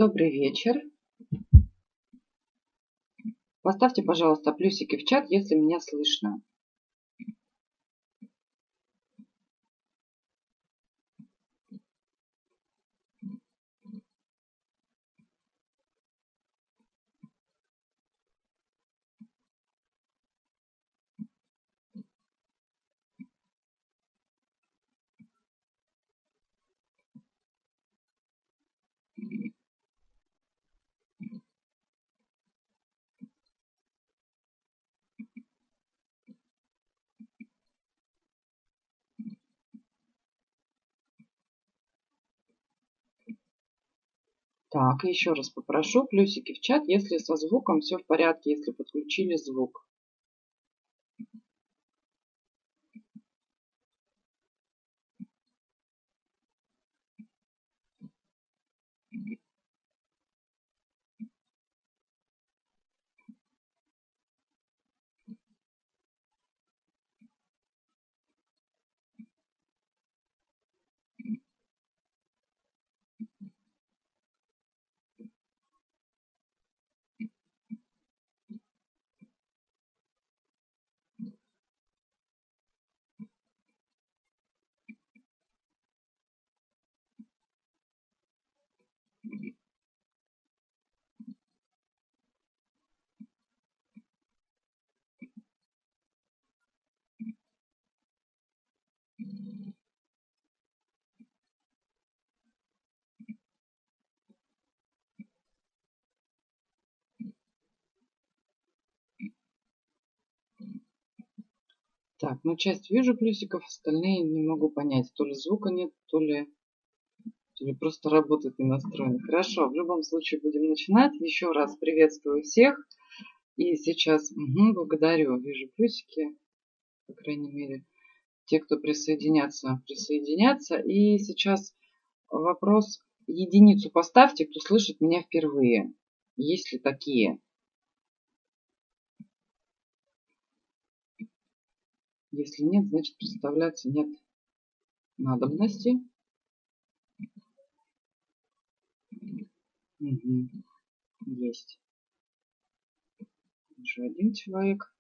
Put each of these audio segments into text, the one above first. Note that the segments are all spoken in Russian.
Добрый вечер. Поставьте, пожалуйста, плюсики в чат, если меня слышно. Так, еще раз попрошу плюсики в чат, если со звуком все в порядке, если подключили звук. Так, ну часть вижу плюсиков, остальные не могу понять. То ли звука нет, то ли просто работает не настроен. Хорошо, в любом случае будем начинать. Еще раз приветствую всех. И сейчас благодарю. Вижу плюсики, по крайней мере, те, кто присоединятся. И сейчас вопрос. Единицу поставьте, кто слышит меня впервые. Есть ли такие? Если нет, значит представляться нет надобности. Угу. Есть. Еще один человек.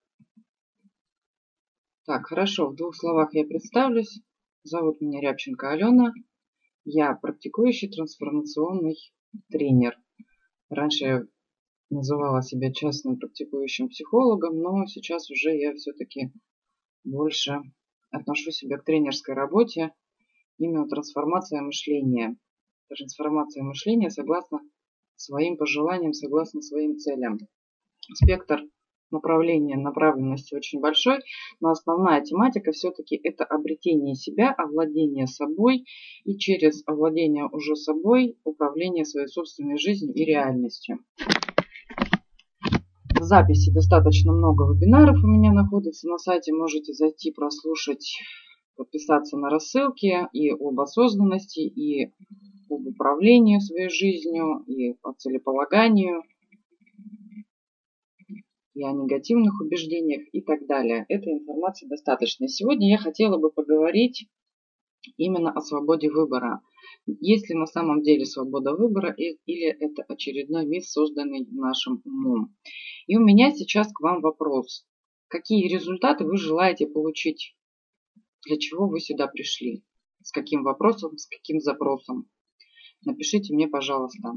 Так, хорошо. В двух словах я представлюсь. Зовут меня Рябченко Алена. Я практикующий трансформационный тренер. Раньше я называла себя частным практикующим психологом, но сейчас уже я все-таки больше отношу себя к тренерской работе. Именно трансформация мышления. Трансформация мышления согласно своим пожеланиям, согласно своим целям. Спектр направления, направленности очень большой, но основная тематика все-таки это обретение себя, овладение собой и через овладение уже собой управление своей собственной жизнью и реальностью. В записи достаточно много вебинаров у меня находится на сайте, можете зайти, прослушать, подписаться на рассылки и об осознанности, и об управлении своей жизнью, и о целеполаганию, и о негативных убеждениях и так далее. Этой информации достаточно. Сегодня я хотела бы поговорить именно о свободе выбора. Есть ли на самом деле свобода выбора или это очередной миф, созданный нашим умом? И у меня сейчас к вам вопрос. Какие результаты вы желаете получить? Для чего вы сюда пришли? С каким вопросом, с каким запросом? Напишите мне, пожалуйста.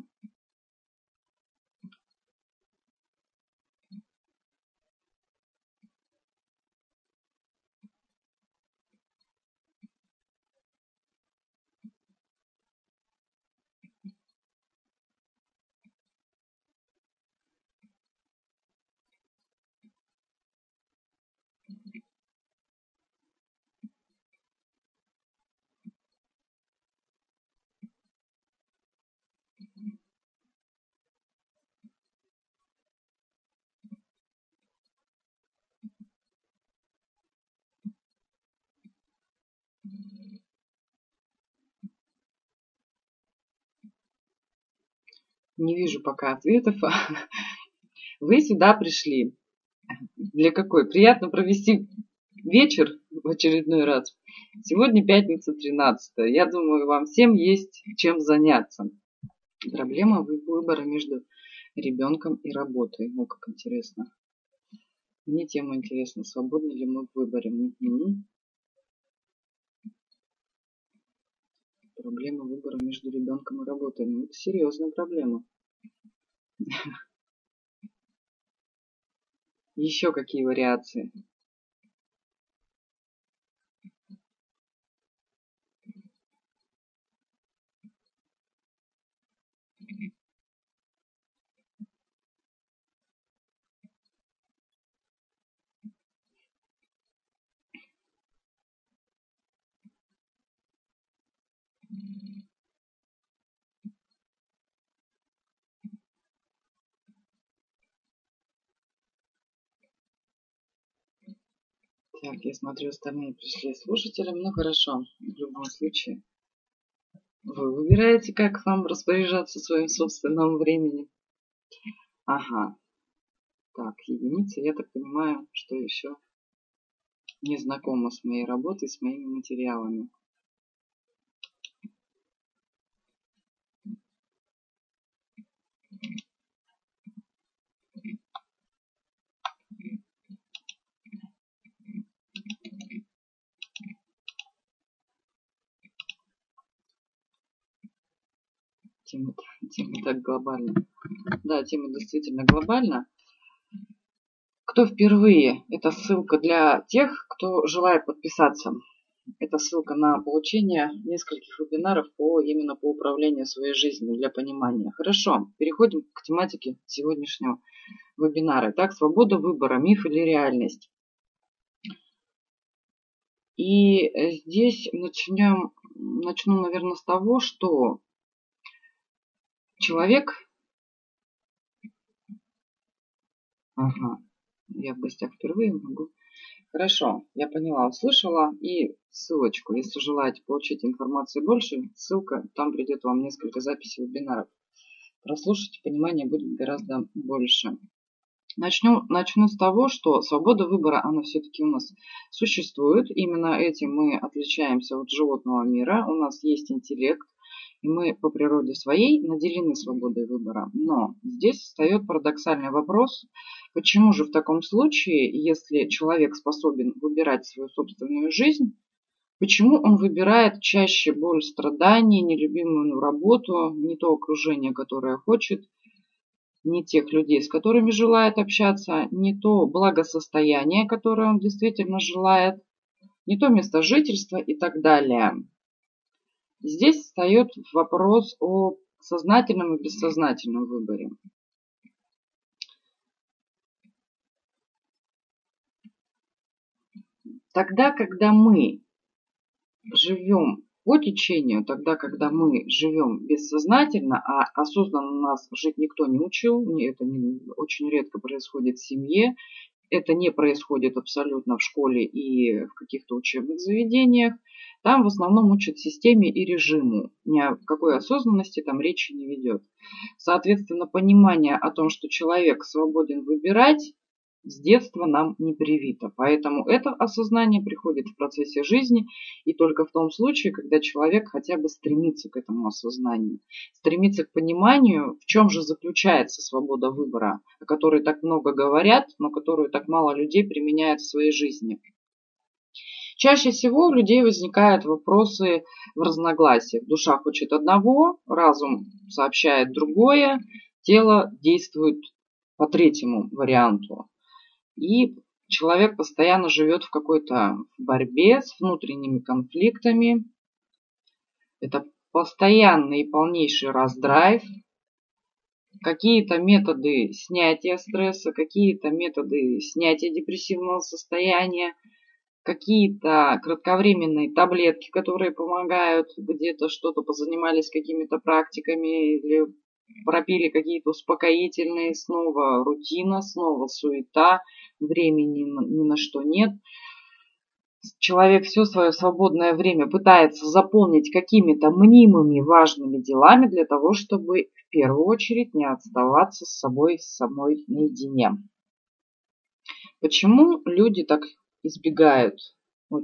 Не вижу пока ответов. Вы сюда пришли. Для какой? Приятно провести вечер в очередной раз. Сегодня пятница 13. Я думаю, вам всем есть чем заняться. Проблема выбора между ребенком и работой. Ну, как интересно. Мне тема интересна. Свободны ли мы в выборе? Угу. Проблема выбора между ребенком и работой. Ну, это серьезная проблема. Еще какие вариации? Так, я смотрю, остальные пришли слушателям. Ну, хорошо. В любом случае. Вы выбираете, как вам распоряжаться своим собственным временем. Ага. Так, единица. Я так понимаю, что еще не знакома с моей работой, с моими материалами. Тема так глобальна. Да, тема действительно глобальна. Кто впервые? Это ссылка для тех, кто желает подписаться. Это ссылка на получение нескольких вебинаров именно по управлению своей жизнью для понимания. Хорошо, переходим к тематике сегодняшнего вебинара. Итак, свобода выбора, миф или реальность. И здесь начну, наверное, с того, что человек... Ага, я в гостях впервые могу... Хорошо, я поняла, услышала. И ссылочку, если желаете получить информацию больше, ссылка, там придет вам несколько записей вебинаров. Прослушайте, понимание будет гораздо больше. Начну с того, что свобода выбора, она все-таки у нас существует. Именно этим мы отличаемся от животного мира. У нас есть интеллект, и мы по природе своей наделены свободой выбора. Но здесь встает парадоксальный вопрос, почему же в таком случае, если человек способен выбирать свою собственную жизнь, почему он выбирает чаще боль, страдания, нелюбимую работу, не то окружение, которое хочет, не тех людей, с которыми желает общаться, не то благосостояние, которое он действительно желает, не то место жительства и так далее. Здесь встает вопрос о сознательном и бессознательном выборе. Тогда, когда мы живем по течению, тогда, когда мы живем бессознательно, а осознанно нас жить никто не учил, это очень редко происходит в семье, это не происходит абсолютно в школе и в каких-то учебных заведениях. Там в основном учат системе и режиму. Ни о какой осознанности там речи не ведет. Соответственно, понимание о том, что человек свободен выбирать, с детства нам не привито. Поэтому это осознание приходит в процессе жизни и только в том случае, когда человек хотя бы стремится к этому осознанию, стремится к пониманию, в чем же заключается свобода выбора, о которой так много говорят, но которую так мало людей применяют в своей жизни. Чаще всего у людей возникают вопросы в разногласиях. Душа хочет одного, разум сообщает другое, тело действует по третьему варианту. И человек постоянно живет в какой-то борьбе с внутренними конфликтами. Это постоянный и полнейший раздрайв. Какие-то методы снятия стресса, какие-то методы снятия депрессивного состояния, какие-то кратковременные таблетки, которые помогают, где-то что-то позанимались какими-то практиками или пропили какие-то успокоительные, снова рутина, снова суета, времени ни на что нет. Человек все свое свободное время пытается заполнить какими-то мнимыми важными делами для того, чтобы в первую очередь не оставаться с собой самой наедине. Почему люди так избегают очень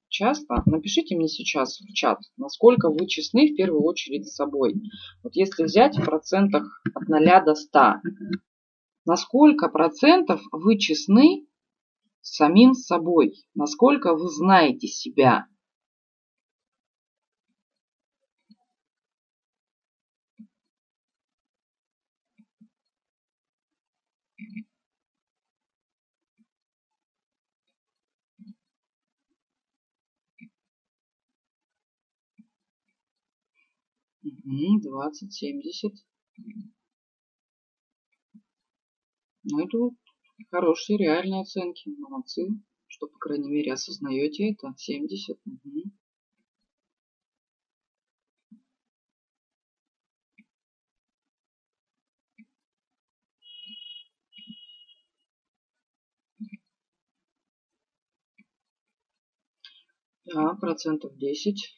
часто, напишите мне сейчас в чат, насколько вы честны в первую очередь с собой. Вот если взять в процентах от 0 до 100, на сколько процентов вы честны с самим собой, насколько вы знаете себя. Угу, 20, 70. Ну, это вот хорошие реальные оценки. Молодцы, что, по крайней мере, осознаете это. 70. Угу. Да, процентов 10.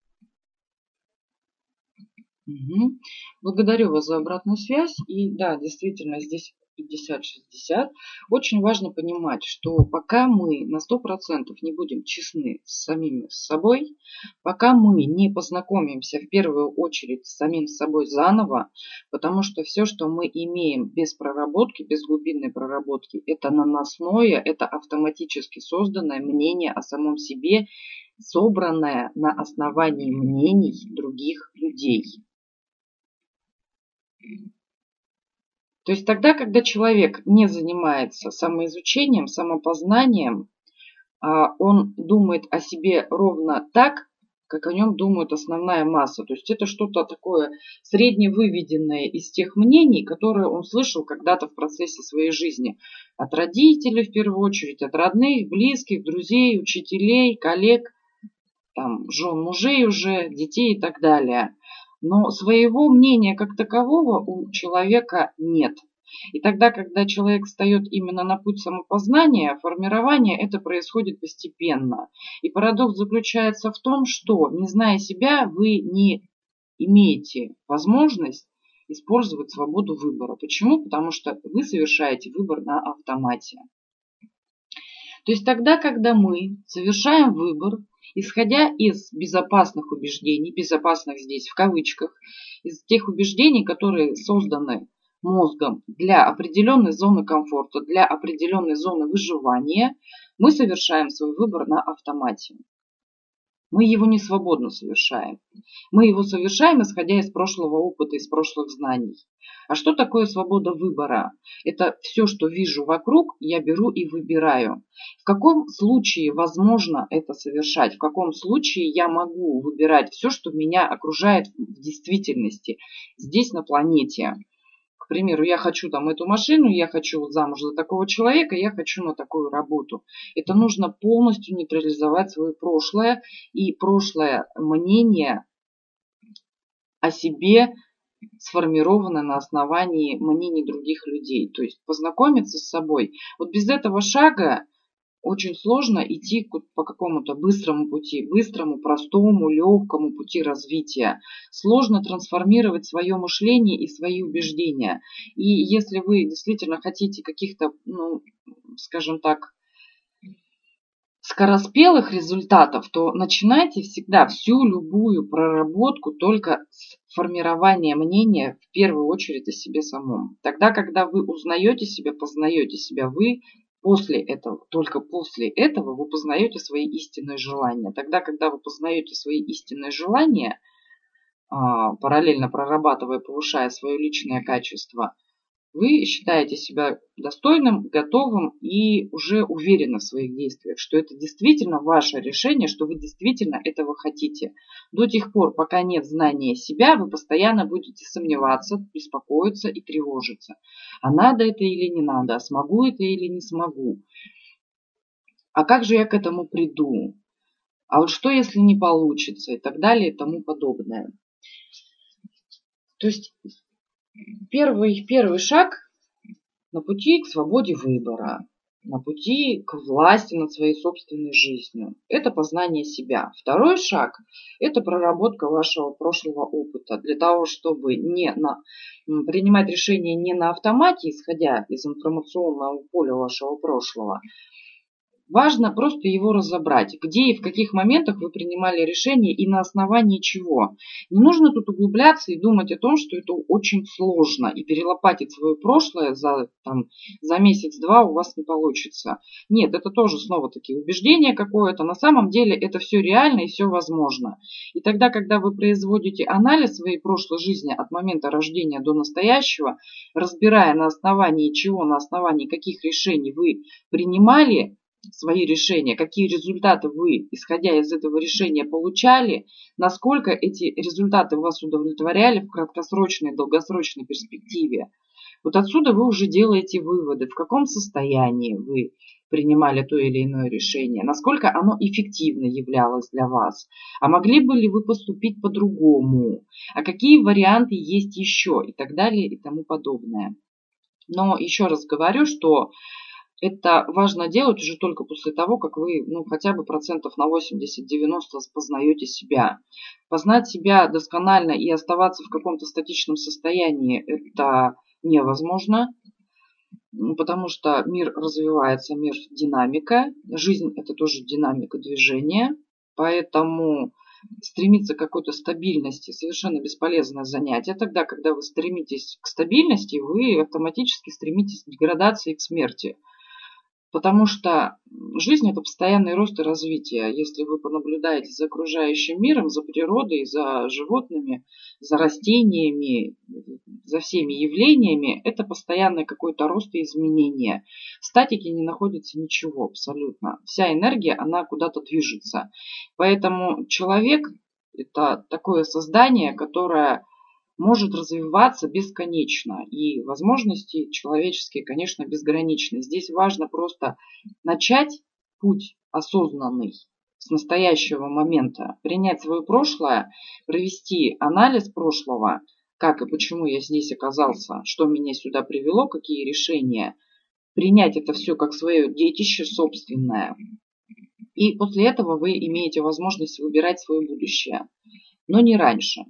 Угу. Благодарю вас за обратную связь. И да, действительно, здесь 50-60. Очень важно понимать, что пока мы на 100% не будем честны с самими собой, пока мы не познакомимся в первую очередь с самим собой заново, потому что все, что мы имеем без проработки, без глубинной проработки, это наносное, это автоматически созданное мнение о самом себе, собранное на основании мнений других людей. То есть тогда, когда человек не занимается самоизучением, самопознанием, он думает о себе ровно так, как о нем думает основная масса. То есть это что-то такое средневыведенное из тех мнений, которые он слышал когда-то в процессе своей жизни. От родителей, в первую очередь, от родных, близких, друзей, учителей, коллег, там, жен, мужей уже, детей и так далее. Но своего мнения как такового у человека нет. И тогда, когда человек встает именно на путь самопознания, формирование это происходит постепенно. И парадокс заключается в том, что, не зная себя, вы не имеете возможность использовать свободу выбора. Почему? Потому что вы совершаете выбор на автомате. То есть тогда, когда мы совершаем выбор, исходя из безопасных убеждений, безопасных здесь в кавычках, из тех убеждений, которые созданы мозгом для определенной зоны комфорта, для определенной зоны выживания, мы совершаем свой выбор на автомате. Мы его не свободно совершаем. Мы его совершаем, исходя из прошлого опыта, из прошлых знаний. А что такое свобода выбора? Это все, что вижу вокруг, я беру и выбираю. В каком случае возможно это совершать? В каком случае я могу выбирать все, что меня окружает в действительности, здесь на планете? К примеру, я хочу там эту машину, я хочу замуж за такого человека, я хочу на такую работу. Это нужно полностью нейтрализовать свое прошлое и прошлое мнение о себе сформировано на основании мнений других людей. То есть познакомиться с собой. Вот без этого шага очень сложно идти по какому-то быстрому пути, быстрому, простому, легкому пути развития. Сложно трансформировать свое мышление и свои убеждения. И если вы действительно хотите каких-то, скажем так, скороспелых результатов, то начинайте всегда всю любую проработку только с формирования мнения в первую очередь о себе самом. Тогда, когда вы узнаете себя, познаете себя, вы после этого, только после этого вы познаете свои истинные желания. Тогда, когда вы познаете свои истинные желания, параллельно прорабатывая, повышая свое личное качество, вы считаете себя достойным, готовым и уже уверены в своих действиях, что это действительно ваше решение, что вы действительно этого хотите. До тех пор, пока нет знания себя, вы постоянно будете сомневаться, беспокоиться и тревожиться. А надо это или не надо, а смогу это или не смогу. А как же я к этому приду? А вот что, если не получится? И так далее и тому подобное. То есть первый шаг на пути к свободе выбора, на пути к власти над своей собственной жизнью. Это познание себя. Второй шаг – это проработка вашего прошлого опыта для того, чтобы принимать решения не на автомате, исходя из информационного поля вашего прошлого. Важно просто его разобрать, где и в каких моментах вы принимали решение и на основании чего. Не нужно тут углубляться и думать о том, что это очень сложно, и перелопатить свое прошлое за месяц-два у вас не получится. Нет, это тоже снова-таки убеждение какое-то. На самом деле это все реально и все возможно. И тогда, когда вы производите анализ своей прошлой жизни от момента рождения до настоящего, разбирая на основании чего, на основании каких решений вы принимали свои решения, какие результаты вы, исходя из этого решения, получали, насколько эти результаты вас удовлетворяли в краткосрочной и долгосрочной перспективе. Вот отсюда вы уже делаете выводы, в каком состоянии вы принимали то или иное решение, насколько оно эффективно являлось для вас, а могли бы ли вы поступить по-другому, а какие варианты есть еще и так далее и тому подобное. Но еще раз говорю, что это важно делать уже только после того, как вы хотя бы процентов на 80-90 познаете себя. Познать себя досконально и оставаться в каком-то статичном состоянии – это невозможно, потому что мир развивается, мир динамика, жизнь – это тоже динамика движения, поэтому стремиться к какой-то стабильности совершенно бесполезное занятие. Тогда, когда вы стремитесь к стабильности, вы автоматически стремитесь к деградации и к смерти. Потому что жизнь – это постоянный рост и развитие. Если вы понаблюдаете за окружающим миром, за природой, за животными, за растениями, за всеми явлениями, это постоянный какой-то рост и изменение. В статике не находится ничего абсолютно. Вся энергия, она куда-то движется. Поэтому человек – это такое создание, которое может развиваться бесконечно. И возможности человеческие, конечно, безграничны. Здесь важно просто начать путь осознанный с настоящего момента, принять свое прошлое, провести анализ прошлого, как и почему я здесь оказался, что меня сюда привело, какие решения, принять это все как свое детище собственное. И после этого вы имеете возможность выбирать свое будущее, но не раньше.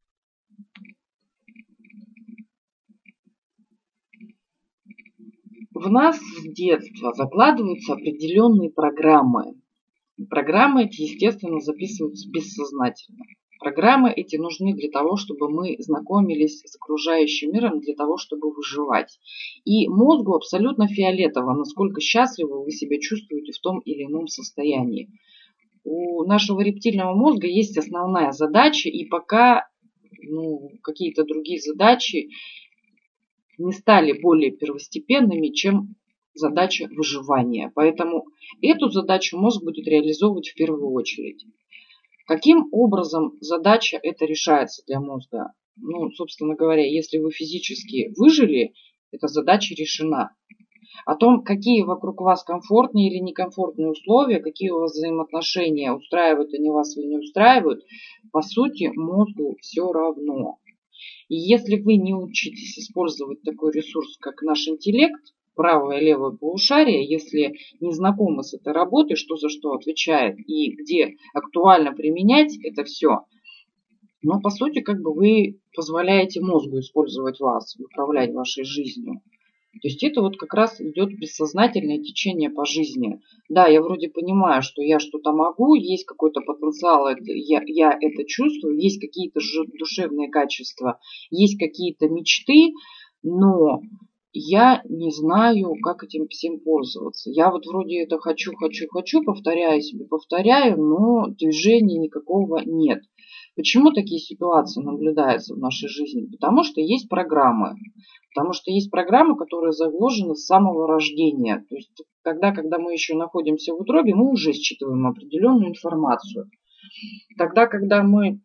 В нас с детства закладываются определенные программы. Программы эти, естественно, записываются бессознательно. Программы эти нужны для того, чтобы мы знакомились с окружающим миром, для того, чтобы выживать. И мозгу абсолютно фиолетово, насколько счастливо вы себя чувствуете в том или ином состоянии. У нашего рептильного мозга есть основная задача, и пока какие-то другие задачи не стали более первостепенными, чем задача выживания. Поэтому эту задачу мозг будет реализовывать в первую очередь. Каким образом задача эта решается для мозга? Собственно говоря, если вы физически выжили, эта задача решена. О том, какие вокруг вас комфортные или некомфортные условия, какие у вас взаимоотношения, устраивают они вас или не устраивают, по сути, мозгу все равно. И если вы не учитесь использовать такой ресурс, как наш интеллект, правое и левое полушарие, если не знакомы с этой работой, что за что отвечает и где актуально применять это все, по сути, вы позволяете мозгу использовать вас, управлять вашей жизнью. То есть это как раз идет бессознательное течение по жизни. Да, я вроде понимаю, что я что-то могу, есть какой-то потенциал, я это чувствую, есть какие-то душевные качества, есть какие-то мечты, но я не знаю, как этим всем пользоваться. Я вроде это хочу, повторяю себе, но движения никакого нет. Почему такие ситуации наблюдаются в нашей жизни? Потому что есть программы. Потому что есть программы, которые заложены с самого рождения. То есть когда мы еще находимся в утробе, мы уже считываем определенную информацию. Тогда, когда мы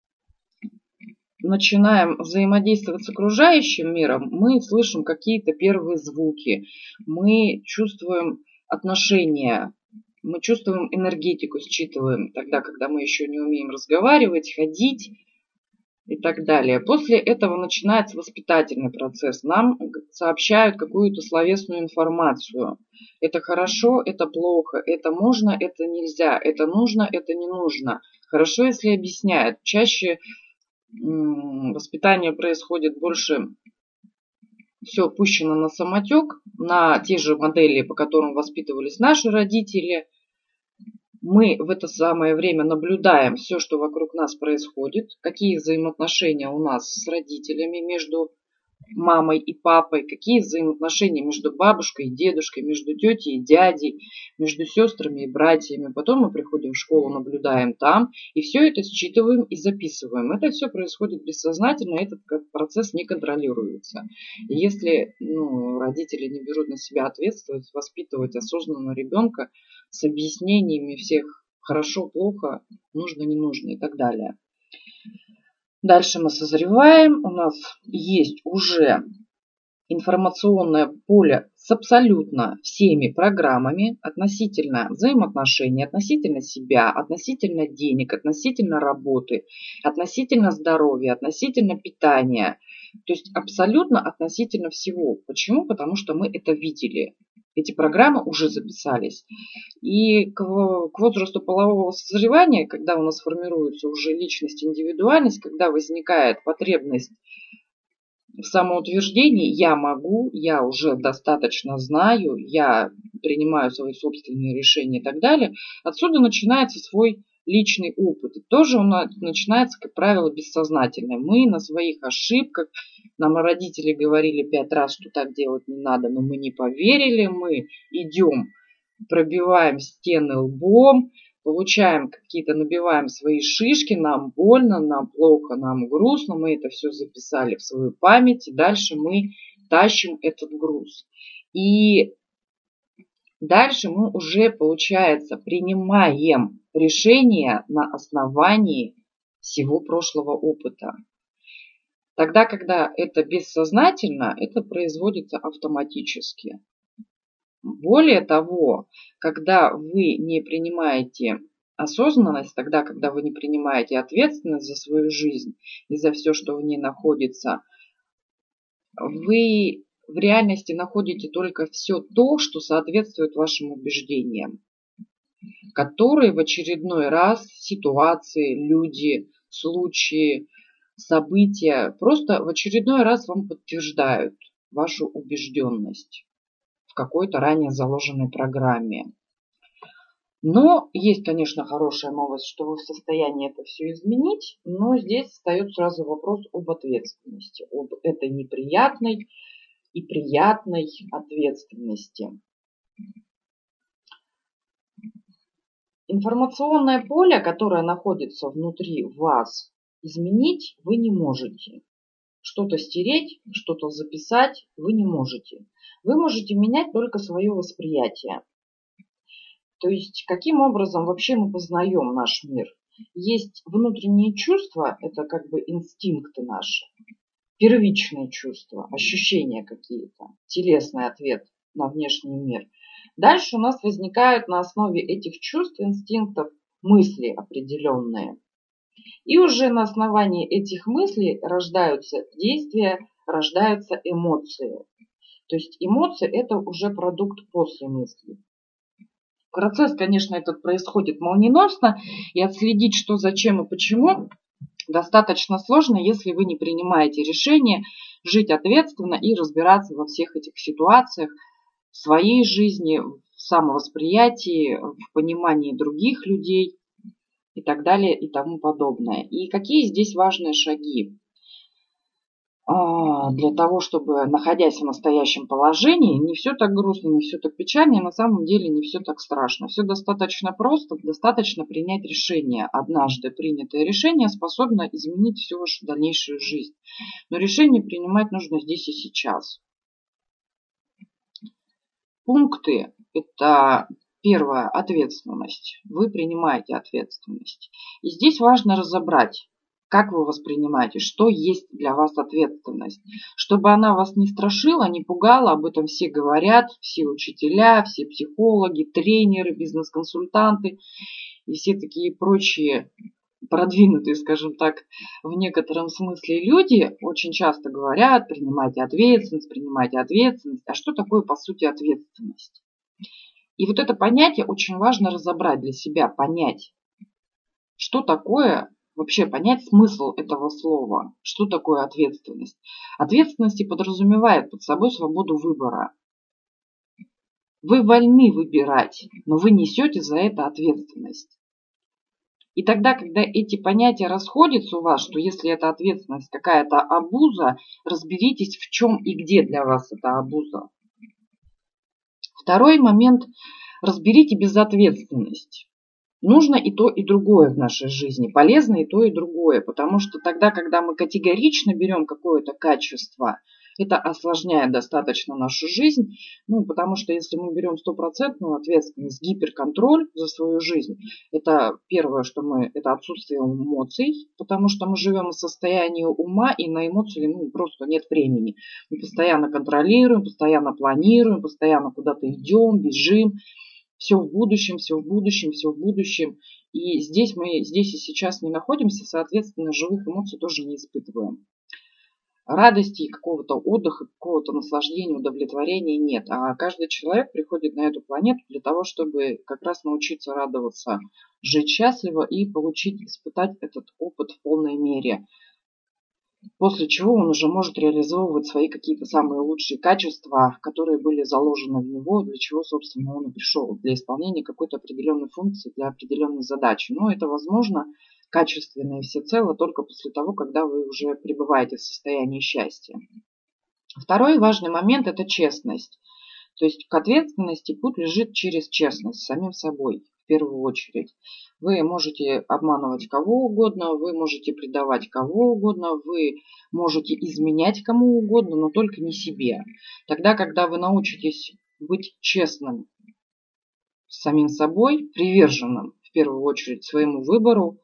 начинаем взаимодействовать с окружающим миром, мы слышим какие-то первые звуки, мы чувствуем отношения, мы чувствуем энергетику, считываем тогда, когда мы еще не умеем разговаривать, ходить и так далее. После этого начинается воспитательный процесс. Нам сообщают какую-то словесную информацию. Это хорошо, это плохо, это можно, это нельзя, это нужно, это не нужно. Хорошо, если объясняют. Чаще воспитание происходит больше все пущено на самотек, на те же модели, по которым воспитывались наши родители. Мы в это самое время наблюдаем все, что вокруг нас происходит, какие взаимоотношения у нас с родителями между мамой и папой, какие взаимоотношения между бабушкой и дедушкой, между тетей и дядей, между сестрами и братьями. Потом мы приходим в школу, наблюдаем там, и все это считываем и записываем. Это все происходит бессознательно, этот процесс не контролируется. И если родители не берут на себя ответственность воспитывать осознанного ребенка с объяснениями всех хорошо, плохо, нужно, не нужно и так далее. Дальше мы созреваем, у нас есть уже информационное поле с абсолютно всеми программами относительно взаимоотношений, относительно себя, относительно денег, относительно работы, относительно здоровья, относительно питания. То есть абсолютно относительно всего. Почему? Потому что мы это видели. Эти программы уже записались. И к возрасту полового созревания, когда у нас формируется уже личность, индивидуальность, когда возникает потребность в самоутверждении, я могу, я уже достаточно знаю, я принимаю свои собственные решения и так далее, отсюда начинается свой личный опыт. И тоже он начинается, как правило, бессознательно. Мы на своих ошибках, нам родители говорили 5 раз, что так делать не надо, но мы не поверили, мы идем, пробиваем стены лбом, получаем какие-то, набиваем свои шишки, нам больно, нам плохо, нам грустно, мы это все записали в свою память, и дальше мы тащим этот груз. И дальше мы уже, получается, принимаем решения на основании всего прошлого опыта. Тогда, когда это бессознательно, это производится автоматически. Более того, когда вы не принимаете осознанность, тогда, когда вы не принимаете ответственность за свою жизнь и за все, что в ней находится, вы в реальности находите только все то, что соответствует вашим убеждениям, которые в очередной раз ситуации, люди, случаи, события просто в очередной раз вам подтверждают вашу убежденность в какой-то ранее заложенной программе. Но есть, конечно, хорошая новость, что вы в состоянии это все изменить, но здесь встает сразу вопрос об ответственности, об этой неприятной и приятной ответственности. Информационное поле, которое находится внутри вас, изменить вы не можете. Что-то стереть, что-то записать вы не можете. Вы можете менять только свое восприятие. То есть, каким образом вообще мы познаем наш мир? Есть внутренние чувства, это как бы инстинкты наши, первичные чувства, ощущения какие-то, телесный ответ на внешний мир. Дальше у нас возникают на основе этих чувств, инстинктов мысли определенные. И уже на основании этих мыслей рождаются действия, рождаются эмоции. То есть эмоции – это уже продукт после мысли. Процесс, конечно, этот происходит молниеносно, и отследить, что, зачем и почему, достаточно сложно, если вы не принимаете решение жить ответственно и разбираться во всех этих ситуациях в своей жизни, в самовосприятии, в понимании других людей и так далее и тому подобное. И какие здесь важные шаги? Для того, чтобы, находясь в настоящем положении, не все так грустно, не все так печально, и на самом деле не все так страшно. Все достаточно просто, достаточно принять решение. Однажды принятое решение способно изменить всю вашу дальнейшую жизнь. Но решение принимать нужно здесь и сейчас. Пункты – это первое – ответственность. Вы принимаете ответственность. И здесь важно разобрать, как вы воспринимаете, что есть для вас ответственность. Чтобы она вас не страшила, не пугала, об этом все говорят, все учителя, все психологи, тренеры, бизнес-консультанты и все такие прочие продвинутые, скажем так, в некотором смысле люди очень часто говорят: принимайте ответственность, принимайте ответственность. А что такое по сути ответственность? И вот это понятие очень важно разобрать для себя, понять, что такое вообще понять смысл этого слова. Что такое ответственность? Ответственность и подразумевает под собой свободу выбора. Вы вольны выбирать, но вы несете за это ответственность. И тогда, когда эти понятия расходятся у вас, что если это ответственность какая-то абуза, разберитесь, в чем и где для вас эта абуза. Второй момент. Разберите безответственность. Нужно и то, и другое в нашей жизни. Полезно и то, и другое. Потому что тогда, когда мы категорично берем какое-то качество, это осложняет достаточно нашу жизнь. Потому что если мы берем стопроцентную ответственность, гиперконтроль за свою жизнь, это первое, что это отсутствие эмоций, потому что мы живем в состоянии ума, и на эмоции просто нет времени. Мы постоянно контролируем, постоянно планируем, постоянно куда-то идем, бежим. Все в будущем, все в будущем, все в будущем. И мы здесь и сейчас не находимся, соответственно, живых эмоций тоже не испытываем. Радости, какого-то отдыха, какого-то наслаждения, удовлетворения нет. А каждый человек приходит на эту планету для того, чтобы как раз научиться радоваться, жить счастливо и испытать этот опыт в полной мере. После чего он уже может реализовывать свои какие-то самые лучшие качества, которые были заложены в него, для чего, собственно, он и пришел, для исполнения какой-то определенной функции, для определенной задачи. Но это возможно качественно и всецело только после того, когда вы уже пребываете в состоянии счастья. Второй важный момент – это честность. То есть к ответственности путь лежит через честность с самим собой в первую очередь. Вы можете обманывать кого угодно, вы можете предавать кого угодно, вы можете изменять кому угодно, но только не себе. Тогда, когда вы научитесь быть честным с самим собой, приверженным в первую очередь своему выбору,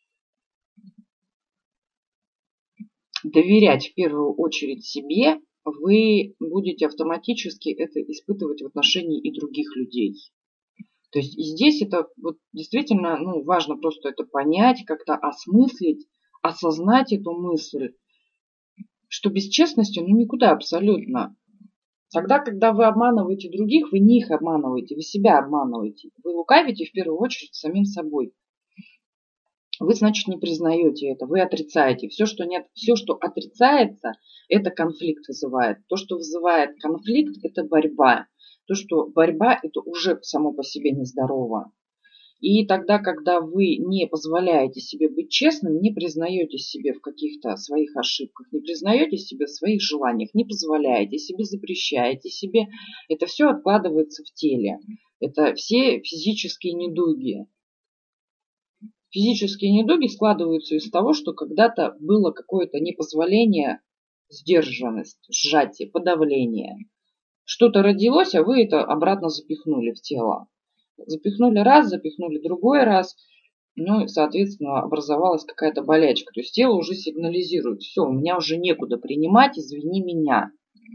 доверять в первую очередь себе, вы будете автоматически это испытывать в отношении и других людей. То есть и здесь это действительно важно просто это понять, как-то осмыслить, осознать эту мысль, что без честности никуда абсолютно. Тогда, когда вы обманываете других, вы не их обманываете, вы себя обманываете. Вы лукавите в первую очередь самим собой. Вы, значит, не признаете это, вы отрицаете. Все, что отрицается, это конфликт вызывает. То, что вызывает конфликт, это борьба. То, что борьба, это уже само по себе нездорово. И тогда, когда вы не позволяете себе быть честным, не признаете себе в каких-то своих ошибках, не признаете себе в своих желаниях, не позволяете себе, запрещаете себе, это все откладывается в теле. Это все физические недуги. Физические недуги складываются из того, что когда-то было какое-то непозволение, сдержанность, сжатие, подавление. Что-то родилось, а вы это обратно запихнули в тело. Запихнули раз, запихнули другой раз. И, соответственно, образовалась какая-то болячка. То есть тело уже сигнализирует. Все, у меня уже некуда принимать, извини меня.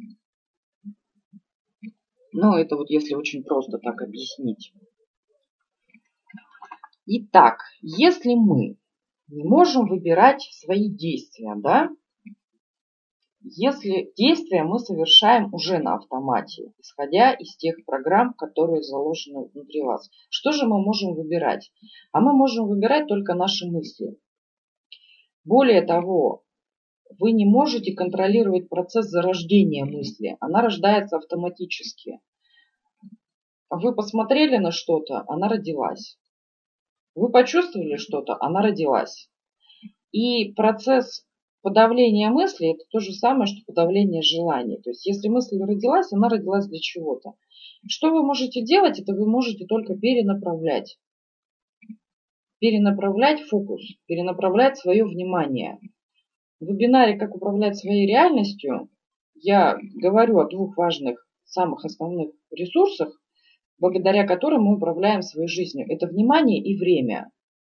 Это если очень просто так объяснить. Итак, если мы не можем выбирать свои действия, если действия мы совершаем уже на автомате, исходя из тех программ, которые заложены внутри вас, что же мы можем выбирать? А мы можем выбирать только наши мысли. Более того, вы не можете контролировать процесс зарождения мысли. Она рождается автоматически. Вы посмотрели на что-то, она родилась. Вы почувствовали что-то, она родилась. И процесс подавления мысли – это то же самое, что подавление желаний. То есть, если мысль родилась, она родилась для чего-то. Что вы можете делать, это вы можете только перенаправлять. Перенаправлять фокус, перенаправлять свое внимание. В вебинаре «Как управлять своей реальностью» я говорю о двух важных, самых основных ресурсах, благодаря которым мы управляем своей жизнью. Это внимание и время.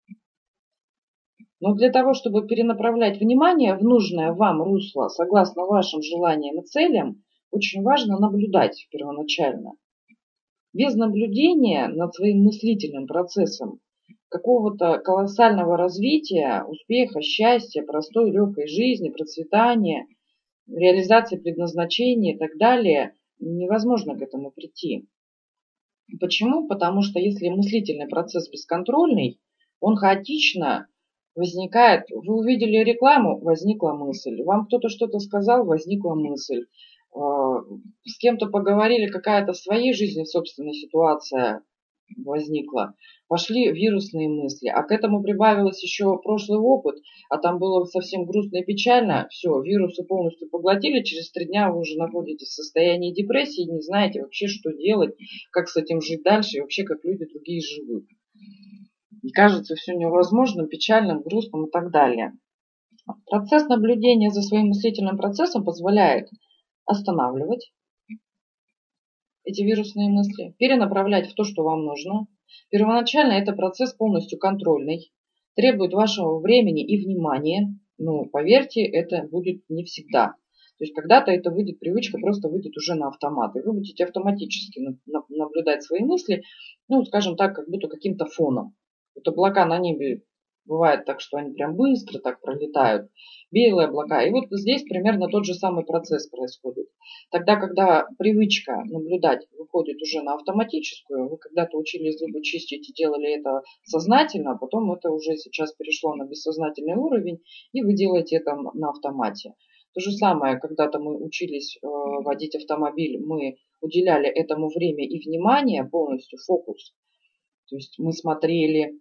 Но для того, чтобы перенаправлять внимание в нужное вам русло, согласно вашим желаниям и целям, очень важно наблюдать первоначально. Без наблюдения над своим мыслительным процессом какого-то колоссального развития, успеха, счастья, простой, легкой жизни, процветания, реализации предназначения и так далее, невозможно к этому прийти. Почему? Потому что если мыслительный процесс бесконтрольный, он хаотично возникает, вы увидели рекламу, возникла мысль, вам кто-то что-то сказал, возникла мысль, с кем-то поговорили, какая-то в своей жизни собственная ситуация возникла, пошли вирусные мысли, а к этому прибавилось еще прошлый опыт, а там было совсем грустно и печально, все, вирусы полностью поглотили, через 3 дня вы уже находитесь в состоянии депрессии, не знаете вообще, что делать, как с этим жить дальше и вообще, как люди другие живут. И кажется все невозможным, печальным, грустным и так далее. Процесс наблюдения за своим мыслительным процессом позволяет останавливать эти вирусные мысли, перенаправлять в то, что вам нужно. Первоначально это процесс полностью контрольный, требует вашего времени и внимания. Но поверьте, это будет не всегда. То есть когда-то это выйдет, привычка просто выйдет уже на автомат. И вы будете автоматически наблюдать свои мысли, ну, скажем так, как будто каким-то фоном. Вот облака на небе бывает так, что они прям быстро так пролетают, белые облака. И вот здесь примерно тот же самый процесс происходит. Тогда, когда привычка наблюдать выходит уже на автоматическую, вы когда-то учились зубы чистить и делали это сознательно, а потом это уже сейчас перешло на бессознательный уровень, и вы делаете это на автомате. То же самое, когда-то мы учились водить автомобиль, мы уделяли этому время и внимание, полностью фокус. То есть мы смотрели,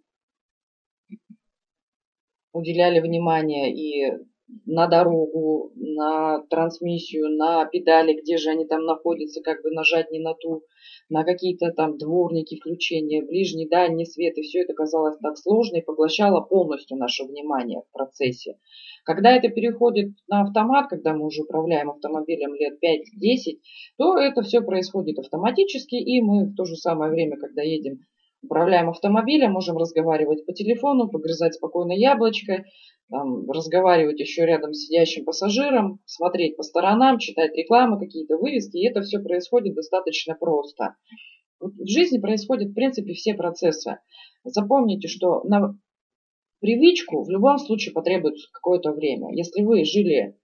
уделяли внимание и на дорогу, на трансмиссию, на педали, где же они там находятся, как бы нажать не на ту, на какие-то там дворники, включения, ближний, дальний свет. И все это казалось так сложно и поглощало полностью наше внимание в процессе. Когда это переходит на автомат, когда мы уже управляем автомобилем лет 5-10, то это все происходит автоматически, и мы в то же самое время, когда едем, управляем автомобилем, можем разговаривать по телефону, погрызать спокойно яблочко, там, разговаривать еще рядом с сидящим пассажиром, смотреть по сторонам, читать рекламы, какие-то вывески. И это все происходит достаточно просто. Вот в жизни происходят, в принципе, все процессы. Запомните, что на привычку в любом случае потребуется какое-то время. Если вы жили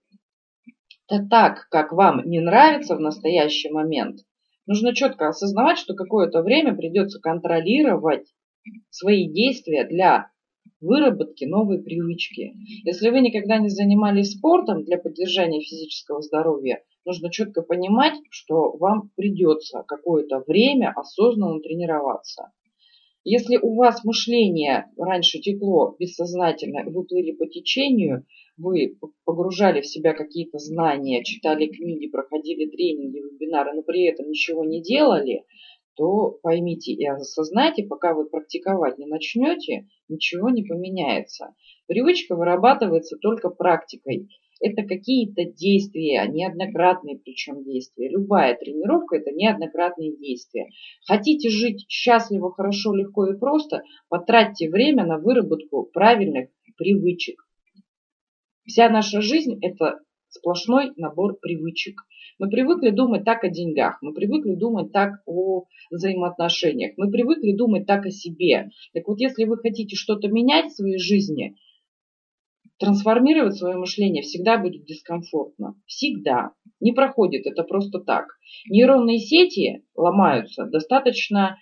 так, как вам не нравится в настоящий момент, нужно четко осознавать, что какое-то время придется контролировать свои действия для выработки новой привычки. Если вы никогда не занимались спортом для поддержания физического здоровья, нужно четко понимать, что вам придется какое-то время осознанно тренироваться. Если у вас мышление раньше текло бессознательно, вы плыли по течению, вы погружали в себя какие-то знания, читали книги, проходили тренинги, вебинары, но при этом ничего не делали, то поймите и осознайте, пока вы практиковать не начнете, ничего не поменяется. Привычка вырабатывается только практикой. Это какие-то действия, неоднократные причем действия. Любая тренировка – это неоднократные действия. Хотите жить счастливо, хорошо, легко и просто, потратьте время на выработку правильных привычек. Вся наша жизнь – это сплошной набор привычек. Мы привыкли думать так о деньгах, мы привыкли думать так о взаимоотношениях, мы привыкли думать так о себе. Так вот, если вы хотите что-то менять в своей жизни, трансформировать свое мышление всегда будет дискомфортно. Всегда. Не проходит это просто так. Нейронные сети ломаются достаточно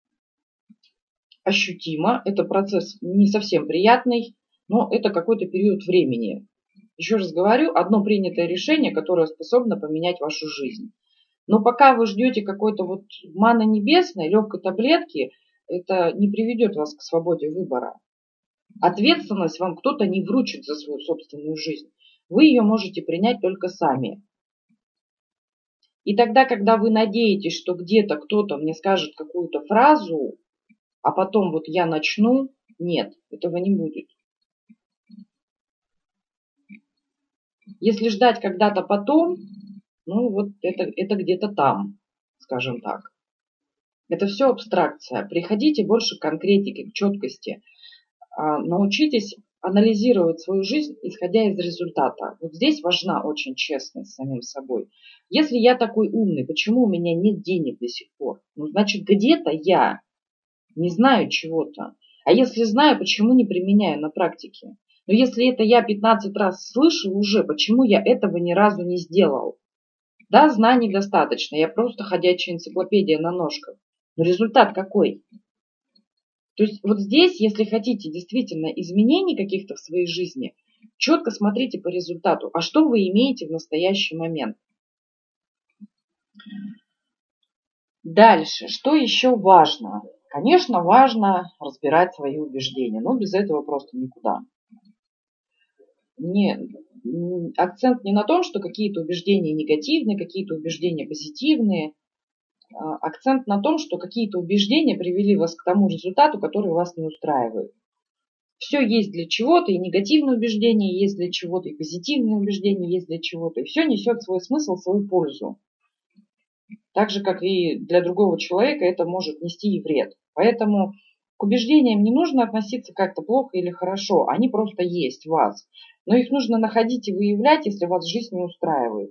ощутимо. Это процесс не совсем приятный, но это какой-то период времени. Еще раз говорю, одно принятое решение, которое способно поменять вашу жизнь. Но пока вы ждете какой-то вот маны небесной, легкой таблетки, это не приведет вас к свободе выбора. Ответственность вам кто-то не вручит за свою собственную жизнь. Вы ее можете принять только сами. И тогда, когда вы надеетесь, что где-то кто-то мне скажет какую-то фразу, а потом вот я начну, нет, этого не будет. Если ждать когда-то потом, ну вот это где-то там, скажем так. Это все абстракция. Приходите больше к конкретике, к четкости. Научитесь анализировать свою жизнь, исходя из результата. Вот здесь важна очень честность с самим собой. Если я такой умный, почему у меня нет денег до сих пор? Ну, значит, где-то я не знаю чего-то. А если знаю, почему не применяю на практике? Но если это я 15 раз слышал уже, почему я этого ни разу не сделал? Да, знаний достаточно, я просто ходячая энциклопедия на ножках. Но результат какой? То есть вот здесь, если хотите действительно изменений каких-то в своей жизни, четко смотрите по результату. А что вы имеете в настоящий момент? Дальше, что еще важно? Конечно, важно разбирать свои убеждения, но без этого просто никуда. Акцент не на том, что какие-то убеждения негативные, какие-то убеждения позитивные. Акцент на том, что какие-то убеждения привели вас к тому результату, который вас не устраивает. Все есть для чего-то, и негативные убеждения есть для чего-то, и позитивные убеждения есть для чего-то. И все несет свой смысл, свою пользу. Так же, как и для другого человека это может нести и вред. Поэтому к убеждениям не нужно относиться как-то плохо или хорошо. Они просто есть в вас. Но их нужно находить и выявлять, если вас жизнь не устраивает.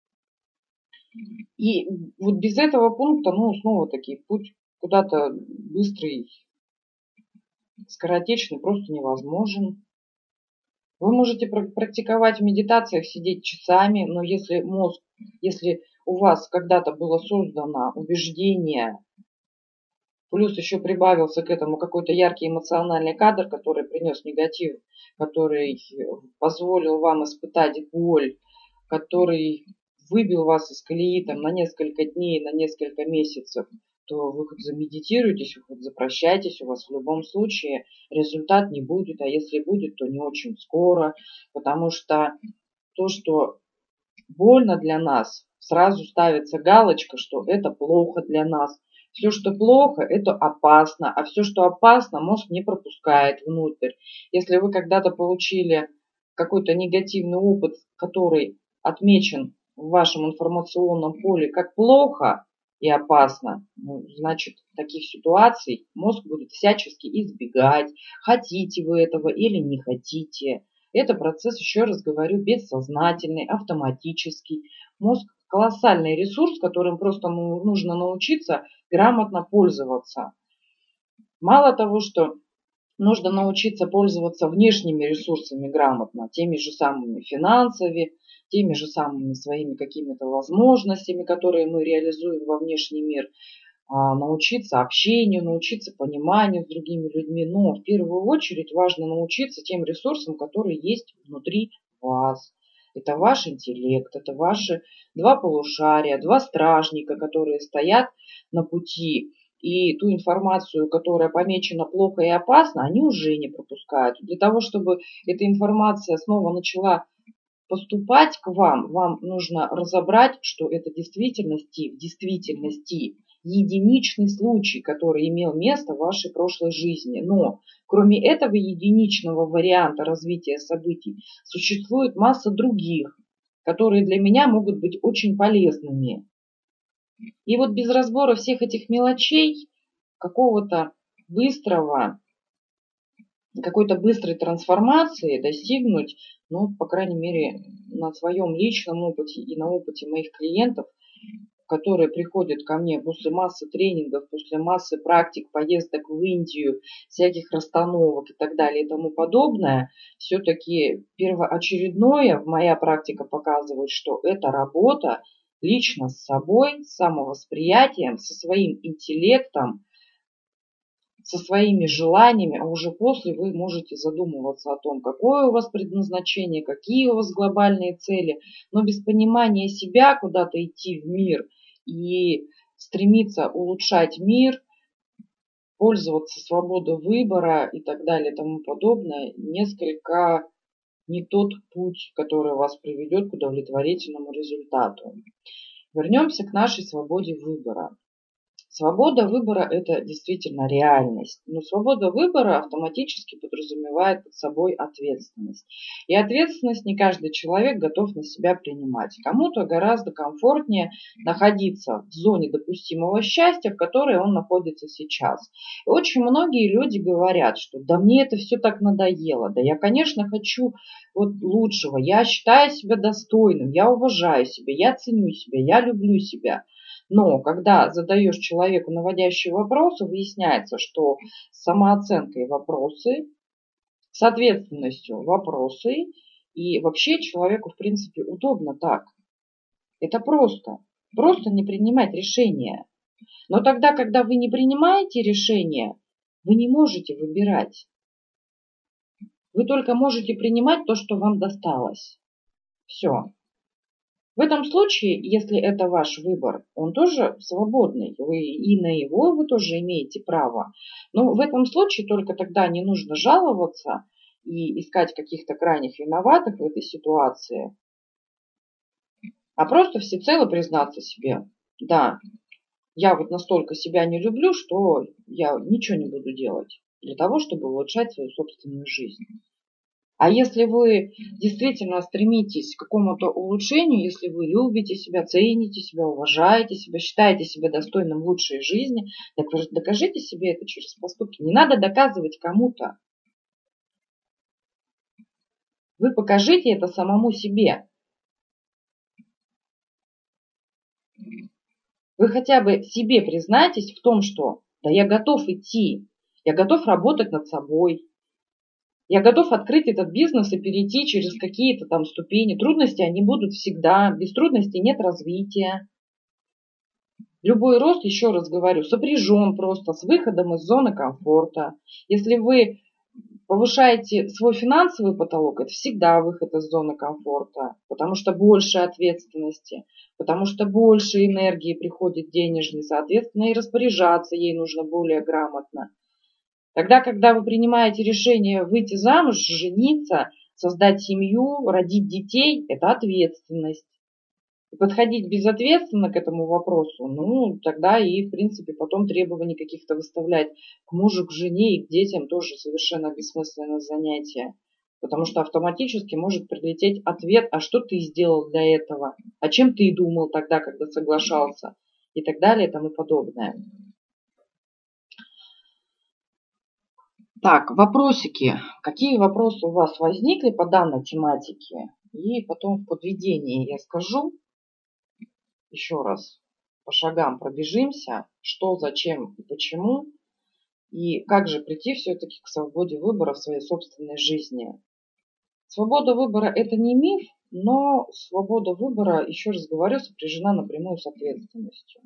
И вот без этого пункта, снова-таки, путь куда-то быстрый, скоротечный просто невозможен. Вы можете практиковать в медитациях, сидеть часами, но если если у вас когда-то было создано убеждение, плюс еще прибавился к этому какой-то яркий эмоциональный кадр, который принес негатив, который позволил вам испытать боль, который выбил вас из колеи там, на несколько дней, на несколько месяцев, то вы хоть замедитируйтесь, вы хоть запрощайтесь, у вас в любом случае результат не будет, а если будет, то не очень скоро, потому что то, что больно для нас, сразу ставится галочка, что это плохо для нас. Все, что плохо, это опасно, а все, что опасно, мозг не пропускает внутрь. Если вы когда-то получили какой-то негативный опыт, который отмечен в вашем информационном поле как плохо и опасно, значит, таких ситуаций мозг будет всячески избегать, хотите вы этого или не хотите. Это процесс, еще раз говорю, бессознательный, автоматический. Мозг колоссальный ресурс, которым просто нужно научиться грамотно пользоваться. Мало того, что нужно научиться пользоваться внешними ресурсами грамотно, теми же самыми финансовыми, теми же самыми своими какими-то возможностями, которые мы реализуем во внешний мир, научиться общению, научиться пониманию с другими людьми. Но в первую очередь важно научиться тем ресурсам, которые есть внутри вас. Это ваш интеллект, это ваши два полушария, два стражника, которые стоят на пути. И ту информацию, которая помечена плохо и опасно, они уже не пропускают. Для того, чтобы эта информация снова начала поступать к вам, вам нужно разобрать, что это в действительности единичный случай, который имел место в вашей прошлой жизни. Но кроме этого единичного варианта развития событий существует масса других, которые для меня могут быть очень полезными. И вот без разбора всех этих мелочей, какого-то какой-то быстрой трансформации достигнуть, по крайней мере, на своем личном опыте и на опыте моих клиентов, которые приходят ко мне после массы тренингов, после массы практик, поездок в Индию, всяких расстановок и так далее и тому подобное, все-таки первоочередное моя практика показывает, что это работа лично с собой, с самовосприятием, со своим интеллектом, со своими желаниями, а уже после вы можете задумываться о том, какое у вас предназначение, какие у вас глобальные цели, но без понимания себя куда-то идти в мир и стремиться улучшать мир, пользоваться свободой выбора и так далее и тому подобное, несколько не тот путь, который вас приведет к удовлетворительному результату. Вернемся к нашей свободе выбора. Свобода выбора – это действительно реальность, но свобода выбора автоматически подразумевает под собой ответственность. И ответственность не каждый человек готов на себя принимать. Кому-то гораздо комфортнее находиться в зоне допустимого счастья, в которой он находится сейчас. И очень многие люди говорят, что да мне это все так надоело, да я, конечно, хочу лучшего, я считаю себя достойным, я уважаю себя, я ценю себя, я люблю себя. Но когда задаешь человеку наводящие вопросы, выясняется, что с самооценкой вопросы, с ответственностью вопросы, и вообще человеку, в принципе, удобно так. Это просто. Просто не принимать решения. Но тогда, когда вы не принимаете решения, Вы не можете выбирать. Вы только можете принимать то, что вам досталось. Все. В этом случае, если это ваш выбор, он тоже свободный. И на его вы тоже имеете право. Но в этом случае только тогда не нужно жаловаться и искать каких-то крайних виноватых в этой ситуации, а просто всецело признаться себе: да, я вот настолько себя не люблю, что я ничего не буду делать для того, чтобы улучшать свою собственную жизнь. А если вы действительно стремитесь к какому-то улучшению, если вы любите себя, цените себя, уважаете себя, считаете себя достойным лучшей жизни, так вы докажите себе это через поступки. Не надо доказывать кому-то. Вы покажите это самому себе. Вы хотя бы себе признайтесь в том, что да, я готов идти, я готов работать над собой, я готов открыть этот бизнес и перейти через какие-то там ступени. Трудности они будут всегда. Без трудностей нет развития. Любой рост, еще раз говорю, сопряжен просто с выходом из зоны комфорта. Если вы повышаете свой финансовый потолок, это всегда выход из зоны комфорта, потому что больше ответственности, потому что больше энергии приходит денежной, соответственно, и распоряжаться ей нужно более грамотно. Тогда, когда вы принимаете решение выйти замуж, жениться, создать семью, родить детей, это ответственность. И подходить безответственно к этому вопросу, ну, тогда и, в принципе, потом требований каких-то выставлять к мужу, к жене и к детям тоже совершенно бессмысленное занятие. Потому что автоматически может прилететь ответ: а что ты сделал для этого? А чем ты думал тогда, когда соглашался? И так далее, и тому подобное. Так, вопросики. Какие вопросы у вас возникли по данной тематике? И потом в подведении я скажу еще раз. По шагам пробежимся. Что, зачем и почему. И как же прийти все-таки к свободе выбора в своей собственной жизни. Свобода выбора – это не миф, но свобода выбора, еще раз говорю, сопряжена напрямую с ответственностью.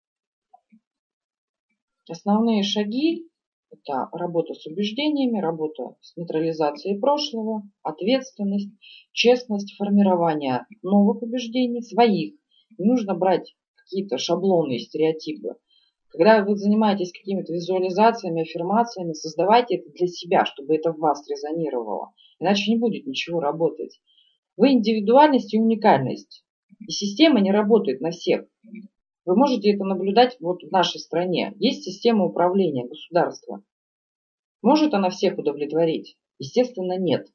Основные шаги – это работа с убеждениями, работа с нейтрализацией прошлого, ответственность, честность, формирование новых убеждений, своих. Не нужно брать какие-то шаблоны и стереотипы. Когда вы занимаетесь какими-то визуализациями, аффирмациями, создавайте это для себя, чтобы это в вас резонировало. Иначе не будет ничего работать. Вы индивидуальность и уникальность. И система не работает на всех. Вы можете это наблюдать вот в нашей стране. Есть система управления государства. Может она всех удовлетворить? Естественно, нет.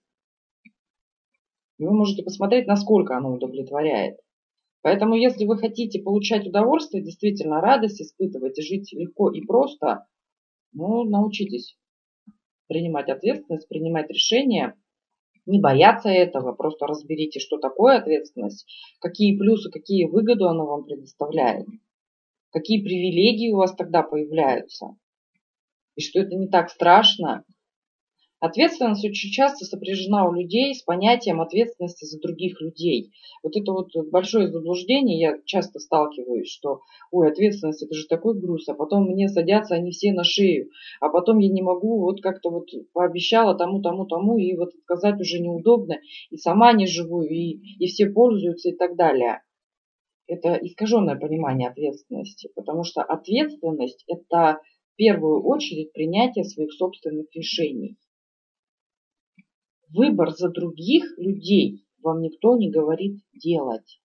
И вы можете посмотреть, насколько она удовлетворяет. Поэтому, если вы хотите получать удовольствие, действительно радость испытывать и жить легко и просто, ну, научитесь принимать ответственность, принимать решения, не бояться этого, просто разберите, что такое ответственность, какие плюсы, какие выгоды она вам предоставляет, какие привилегии у вас тогда появляются, и что это не так страшно. Ответственность очень часто сопряжена у людей с понятием ответственности за других людей. Вот это вот большое заблуждение, я часто сталкиваюсь, что ой, ответственность это же такой груз, а потом мне садятся они все на шею, а потом я не могу, вот как-то вот пообещала тому, и вот отказать уже неудобно, и сама не живу, и все пользуются и так далее. Это искаженное понимание ответственности, потому что ответственность это в первую очередь принятие своих собственных решений. Выбор за других людей вам никто не говорит делать.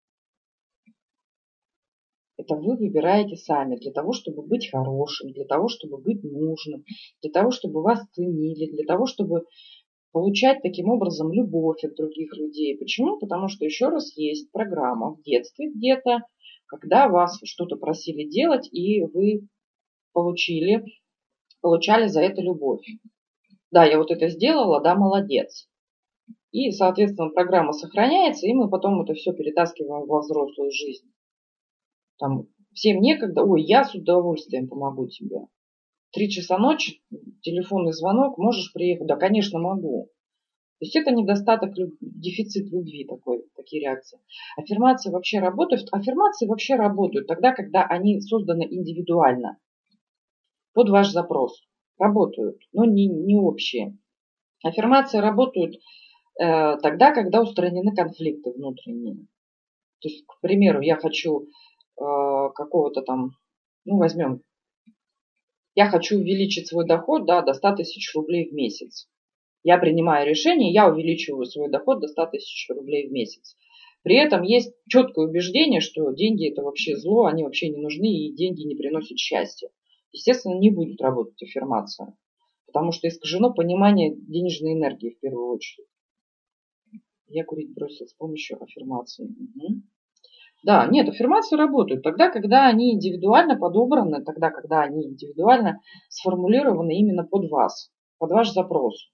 Это вы выбираете сами для того, чтобы быть хорошим, для того, чтобы быть нужным, для того, чтобы вас ценили, для того, чтобы получать таким образом любовь от других людей. Почему? Потому что, еще раз, есть программа в детстве где-то, когда вас что-то просили делать, и вы получали за это любовь. Да, я вот это сделала, да, молодец. И, соответственно, программа сохраняется, и мы потом это все перетаскиваем во взрослую жизнь. Там всем некогда, ой, я с удовольствием помогу тебе. 3 часа ночи, телефонный звонок, можешь приехать? Да, конечно, могу. То есть это недостаток, дефицит любви такой, такие реакции. Аффирмации вообще работают. Аффирмации вообще работают тогда, когда они созданы индивидуально, под ваш запрос. работают, но не общие. Аффирмации работают тогда, когда устранены конфликты внутренние. То есть, к примеру, я хочу какого-то там, ну, возьмем, я хочу увеличить свой доход, да, до 100 тысяч рублей в месяц. Я принимаю решение, я увеличиваю свой доход до 100 тысяч рублей в месяц. При этом есть четкое убеждение, что деньги это вообще зло, они вообще не нужны и деньги не приносят счастья. Естественно, не будет работать аффирмация, потому что искажено понимание денежной энергии в первую очередь. Я курить бросил с помощью аффирмации. Угу. Да, нет, аффирмации работают тогда, когда они индивидуально подобраны, тогда, когда они индивидуально сформулированы именно под вас, под ваш запрос.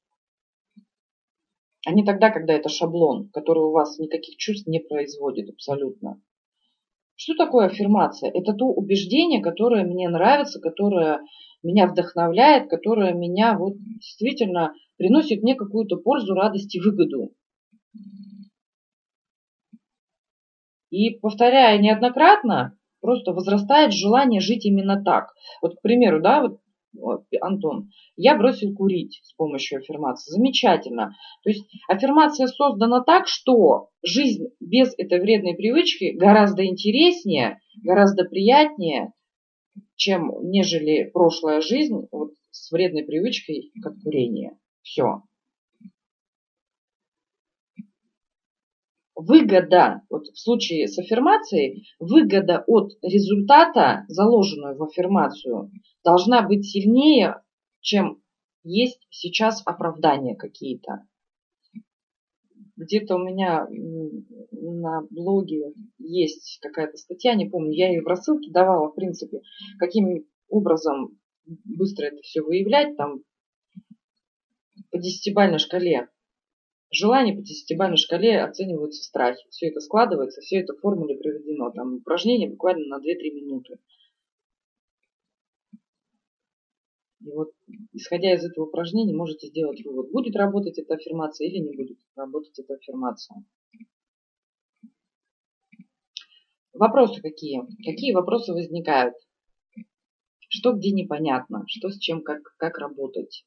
А не тогда, когда это шаблон, который у вас никаких чувств не производит абсолютно. Что такое аффирмация? Это то убеждение, которое мне нравится, которое меня вдохновляет, которое меня вот действительно приносит мне какую-то пользу, радость и выгоду. И повторяя неоднократно, просто возрастает желание жить именно так. Вот, к примеру, да, вот, Антон, я бросил курить с помощью аффирмации. Замечательно. То есть аффирмация создана так, что жизнь без этой вредной привычки гораздо интереснее, гораздо приятнее, чем нежели прошлая жизнь вот, с вредной привычкой, как курение. Все. Выгода, вот в случае с аффирмацией, выгода от результата, заложенную в аффирмацию, должна быть сильнее, чем есть сейчас оправдания какие-то. Где-то у меня на блоге есть какая-то статья, не помню, я ее в рассылке давала, в принципе, каким образом быстро это все выявлять, там по 10-бальной шкале. Желания по 10-бальной шкале оцениваются страхи. Все это складывается, все это в формуле проведено. Там упражнение буквально на 2-3 минуты. И вот, исходя из этого упражнения, можете сделать вывод, будет работать эта аффирмация или не будет работать эта аффирмация. Вопросы какие? Какие вопросы возникают? Что где непонятно? Что с чем, как работать?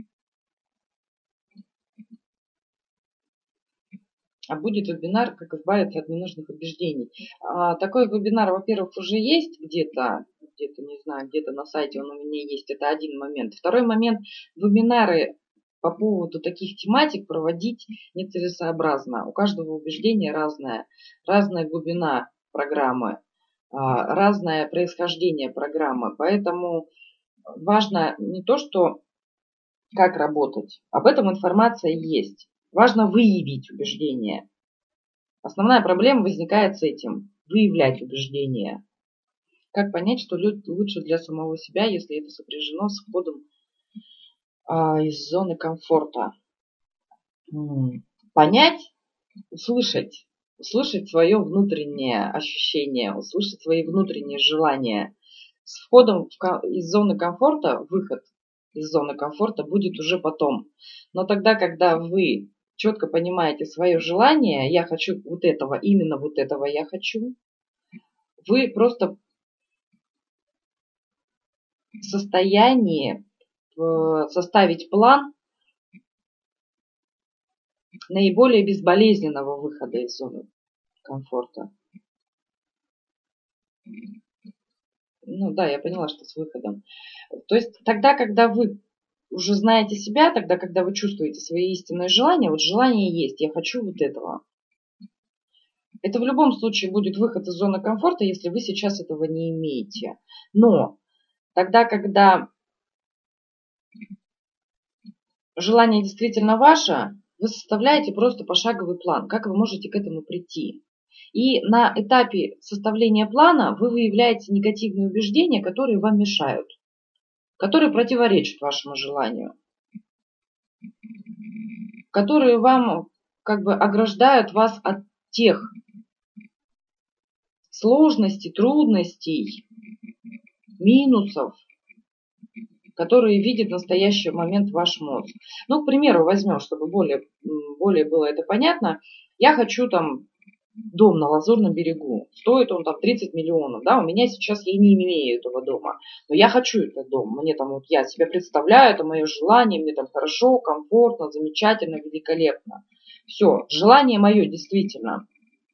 А будет вебинар «Как избавиться от ненужных убеждений». Такой вебинар, во-первых, уже есть где-то, не знаю, где-то на сайте он у меня есть. Это один момент. Второй момент. Вебинары по поводу таких тематик проводить нецелесообразно. У каждого убеждения разное. Разная глубина программы, разное происхождение программы. Поэтому важно не то, что как работать. Об этом информация есть. Важно выявить убеждения. Основная проблема возникает с этим. Выявлять убеждения. Как понять, что лучше для самого себя, если это сопряжено с входом из зоны комфорта? Понять, услышать. Услышать свое внутреннее ощущение, услышать свои внутренние желания. С входом из зоны комфорта, выход из зоны комфорта будет уже потом. Но тогда, когда вы четко понимаете свое желание, я хочу вот этого, именно вот этого я хочу, вы просто в состоянии составить план наиболее безболезненного выхода из зоны комфорта. Ну да, я поняла, что с выходом. То есть тогда, когда вы уже знаете себя, тогда, когда вы чувствуете свои истинные желания, вот желание есть, я хочу вот этого. Это в любом случае будет выход из зоны комфорта, если вы сейчас этого не имеете. Но тогда, когда желание действительно ваше, вы составляете просто пошаговый план, как вы можете к этому прийти. И на этапе составления плана вы выявляете негативные убеждения, которые вам мешают, которые противоречат вашему желанию, которые вам как бы ограждают вас от тех сложностей, трудностей, минусов, которые видит в настоящий момент ваш мозг. Ну, к примеру, возьмем, чтобы более было это понятно. Я хочу там дом на Лазурном берегу. Стоит он там 30 миллионов. Да? У меня сейчас, я не имею этого дома. Но я хочу этот дом. Мне там, вот я себя представляю, это мое желание, мне там хорошо, комфортно, замечательно, великолепно. Все, желание мое действительно.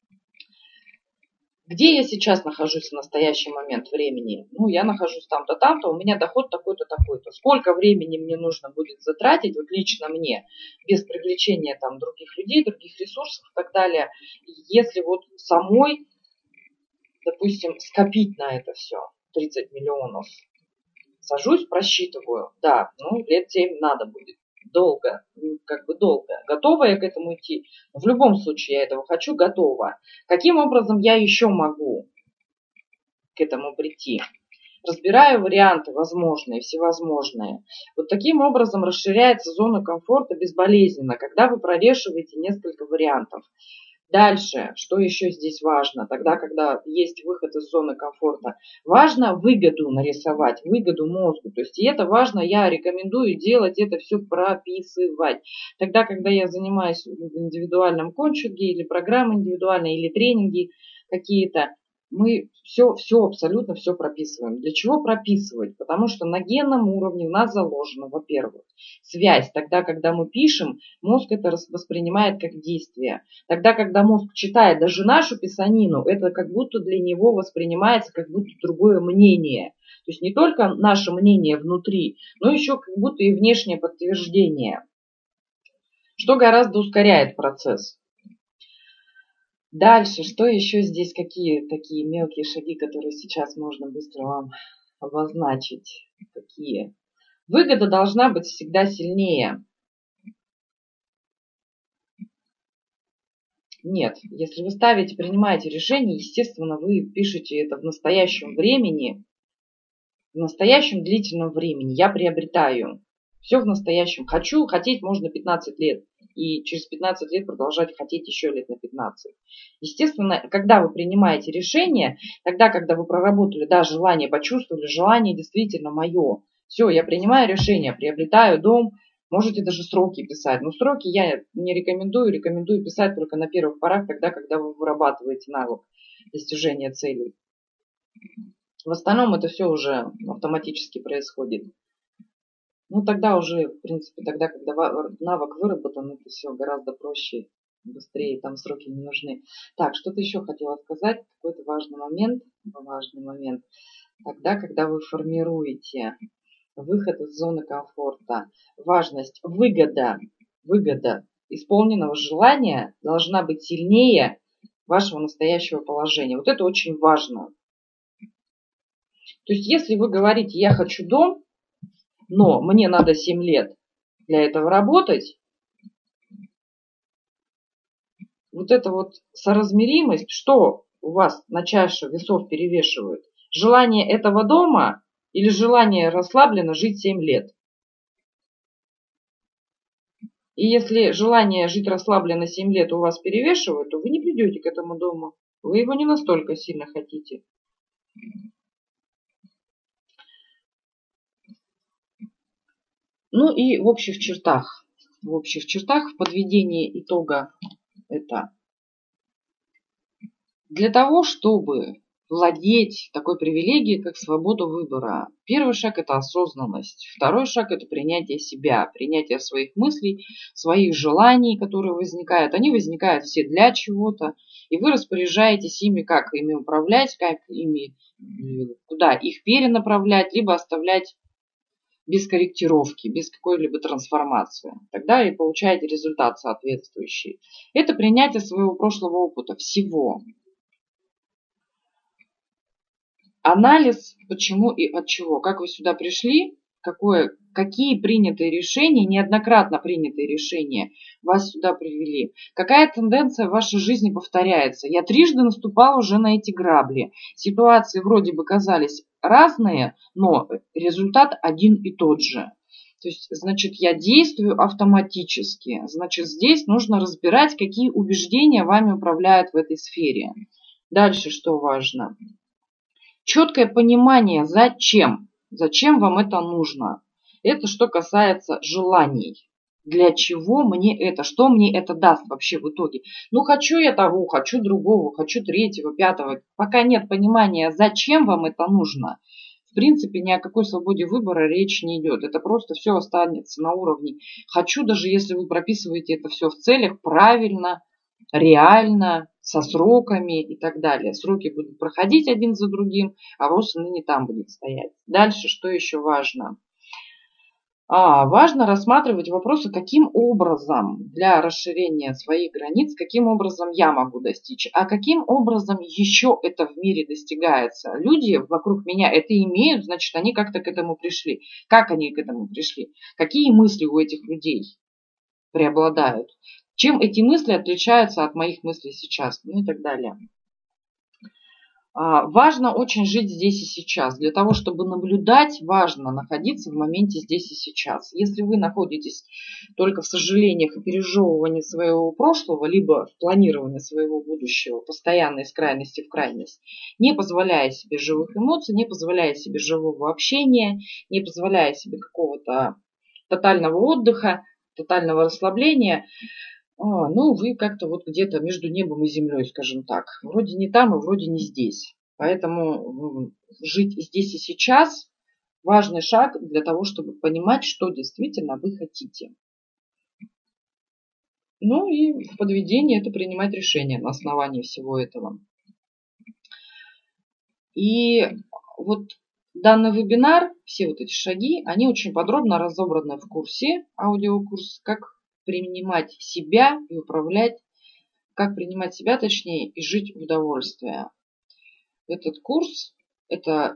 Где я сейчас нахожусь в настоящий момент времени? Ну, я нахожусь там-то, там-то, у меня доход такой-то, такой-то. Сколько времени мне нужно будет затратить, вот лично мне, без привлечения там других людей, других ресурсов и так далее, если вот самой, допустим, скопить на это все 30 миллионов. Сажусь, просчитываю, да, ну, лет 7 надо будет. Долго, как бы долго. Готова я к этому идти? В любом случае я этого хочу, готова. Каким образом я еще могу к этому прийти? Разбираю варианты возможные, всевозможные. Вот таким образом расширяется зона комфорта безболезненно, когда вы прорешиваете несколько вариантов. Дальше, что еще здесь важно, тогда, когда есть выход из зоны комфорта, важно выгоду нарисовать, выгоду мозгу. То есть и это важно, я рекомендую делать это все прописывать. Тогда, когда я занимаюсь в индивидуальном коучинге или программы индивидуальные, или тренинги какие-то, мы все абсолютно все прописываем. Для чего прописывать? Потому что на генном уровне у нас заложено, во-первых, связь. Тогда, когда мы пишем, мозг это воспринимает как действие. Тогда, когда мозг читает даже нашу писанину, это как будто для него воспринимается как будто другое мнение. То есть не только наше мнение внутри, но еще как будто и внешнее подтверждение, что гораздо ускоряет процесс. Дальше, что еще здесь, какие такие мелкие шаги, которые сейчас можно быстро вам обозначить? Какие? Выгода должна быть всегда сильнее. Нет, если вы ставите, принимаете решение, естественно, вы пишете это в настоящем времени, в настоящем длительном времени. Я приобретаю. Все в настоящем. Хочу, хотеть можно 15 лет. И через 15 лет продолжать хотеть еще лет на 15. Естественно, когда вы принимаете решение, тогда, когда вы проработали, да, желание, почувствовали, желание действительно мое. Все, я принимаю решение, приобретаю дом, можете даже сроки писать. Но сроки я не рекомендую, рекомендую писать только на первых порах, тогда, когда вы вырабатываете навык достижения целей. В остальном это все уже автоматически происходит. Ну, тогда уже, в принципе, тогда, когда навык выработан, это все гораздо проще, быстрее, там сроки не нужны. Так, что-то еще хотела сказать, какой-то важный момент. Тогда, когда вы формируете выход из зоны комфорта, важность, выгода исполненного желания должна быть сильнее вашего настоящего положения. Вот это очень важно. То есть, если вы говорите, я хочу дом, но мне надо 7 лет для этого работать, вот эта вот соразмеримость, что у вас на чаше весов перевешивает? Желание этого дома или желание расслабленно жить 7 лет? И если желание жить расслабленно 7 лет у вас перевешивает, то вы не придете к этому дому. Вы его не настолько сильно хотите. Ну и в общих чертах, в подведении итога это для того, чтобы владеть такой привилегией, как свобода выбора. Первый шаг – это осознанность. Второй шаг – это принятие себя, принятие своих мыслей, своих желаний, которые возникают. Они возникают все для чего-то, и вы распоряжаетесь ими, как ими управлять, как ими, куда их перенаправлять, либо оставлять без корректировки, без какой-либо трансформации. Тогда и получаете результат соответствующий. Это принятие своего прошлого опыта, всего. Анализ, почему и от чего, как вы сюда пришли, какие принятые решения, неоднократно принятые решения вас сюда привели. Какая тенденция в вашей жизни повторяется. Я трижды наступал уже на эти грабли. Ситуации вроде бы казались разные, но результат один и тот же. То есть, значит, я действую автоматически. Значит, здесь нужно разбирать, какие убеждения вами управляют в этой сфере. Дальше что важно? Четкое понимание, зачем вам это нужно. Это что касается желаний. Для чего мне это? Что мне это даст вообще в итоге? Ну, хочу я того, хочу другого, хочу третьего, пятого. Пока нет понимания, зачем вам это нужно, в принципе, ни о какой свободе выбора речь не идет. Это просто все останется на уровне «хочу», даже если вы прописываете это все в целях правильно, реально, со сроками и так далее. Сроки будут проходить один за другим, а ВОЗ ныне там будет стоять. Дальше, что еще важно? Важно рассматривать вопросы, каким образом для расширения своих границ, каким образом я могу достичь, а каким образом еще это в мире достигается. Люди вокруг меня это имеют, значит, они как-то к этому пришли. Как они к этому пришли? Какие мысли у этих людей преобладают? Чем эти мысли отличаются от моих мыслей сейчас? Ну и так далее. Важно очень жить здесь и сейчас. Для того, чтобы наблюдать, важно находиться в моменте здесь и сейчас. Если вы находитесь только в сожалениях и пережевывании своего прошлого, либо в планировании своего будущего, постоянно из крайности в крайность, не позволяя себе живых эмоций, не позволяя себе живого общения, не позволяя себе какого-то тотального отдыха, тотального расслабления, ну, вы как-то вот где-то между небом и землей, скажем так. Вроде не там, и вроде не здесь. Поэтому жить здесь и сейчас важный шаг для того, чтобы понимать, что действительно вы хотите. Ну и в подведении это принимать решения на основании всего этого. И вот данный вебинар, все вот эти шаги, они очень подробно разобраны в курсе, аудиокурс, как принимать себя и управлять, как принимать себя, точнее, и жить в удовольствии. Этот курс – это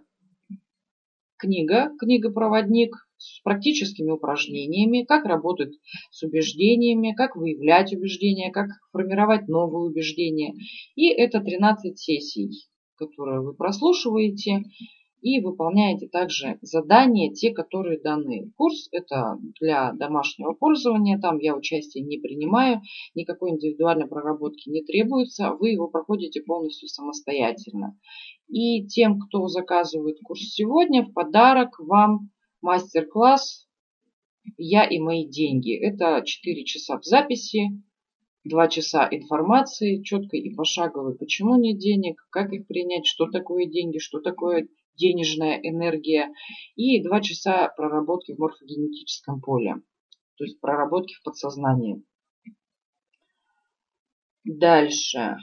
книга-проводник с практическими упражнениями, как работать с убеждениями, как выявлять убеждения, как формировать новые убеждения. И это 13 сессий, которые вы прослушиваете и выполняете также задания, те, которые даны. Курс это для домашнего пользования, там я участие не принимаю, никакой индивидуальной проработки не требуется, вы его проходите полностью самостоятельно. И тем, кто заказывает курс сегодня, в подарок вам мастер-класс «Я и мои деньги». Это 4 часа в записи, 2 часа информации, четкой и пошаговой, почему нет денег, как их принять, что такое деньги, что такое денежная энергия, и 2 часа проработки в морфогенетическом поле, то есть проработки в подсознании. Дальше.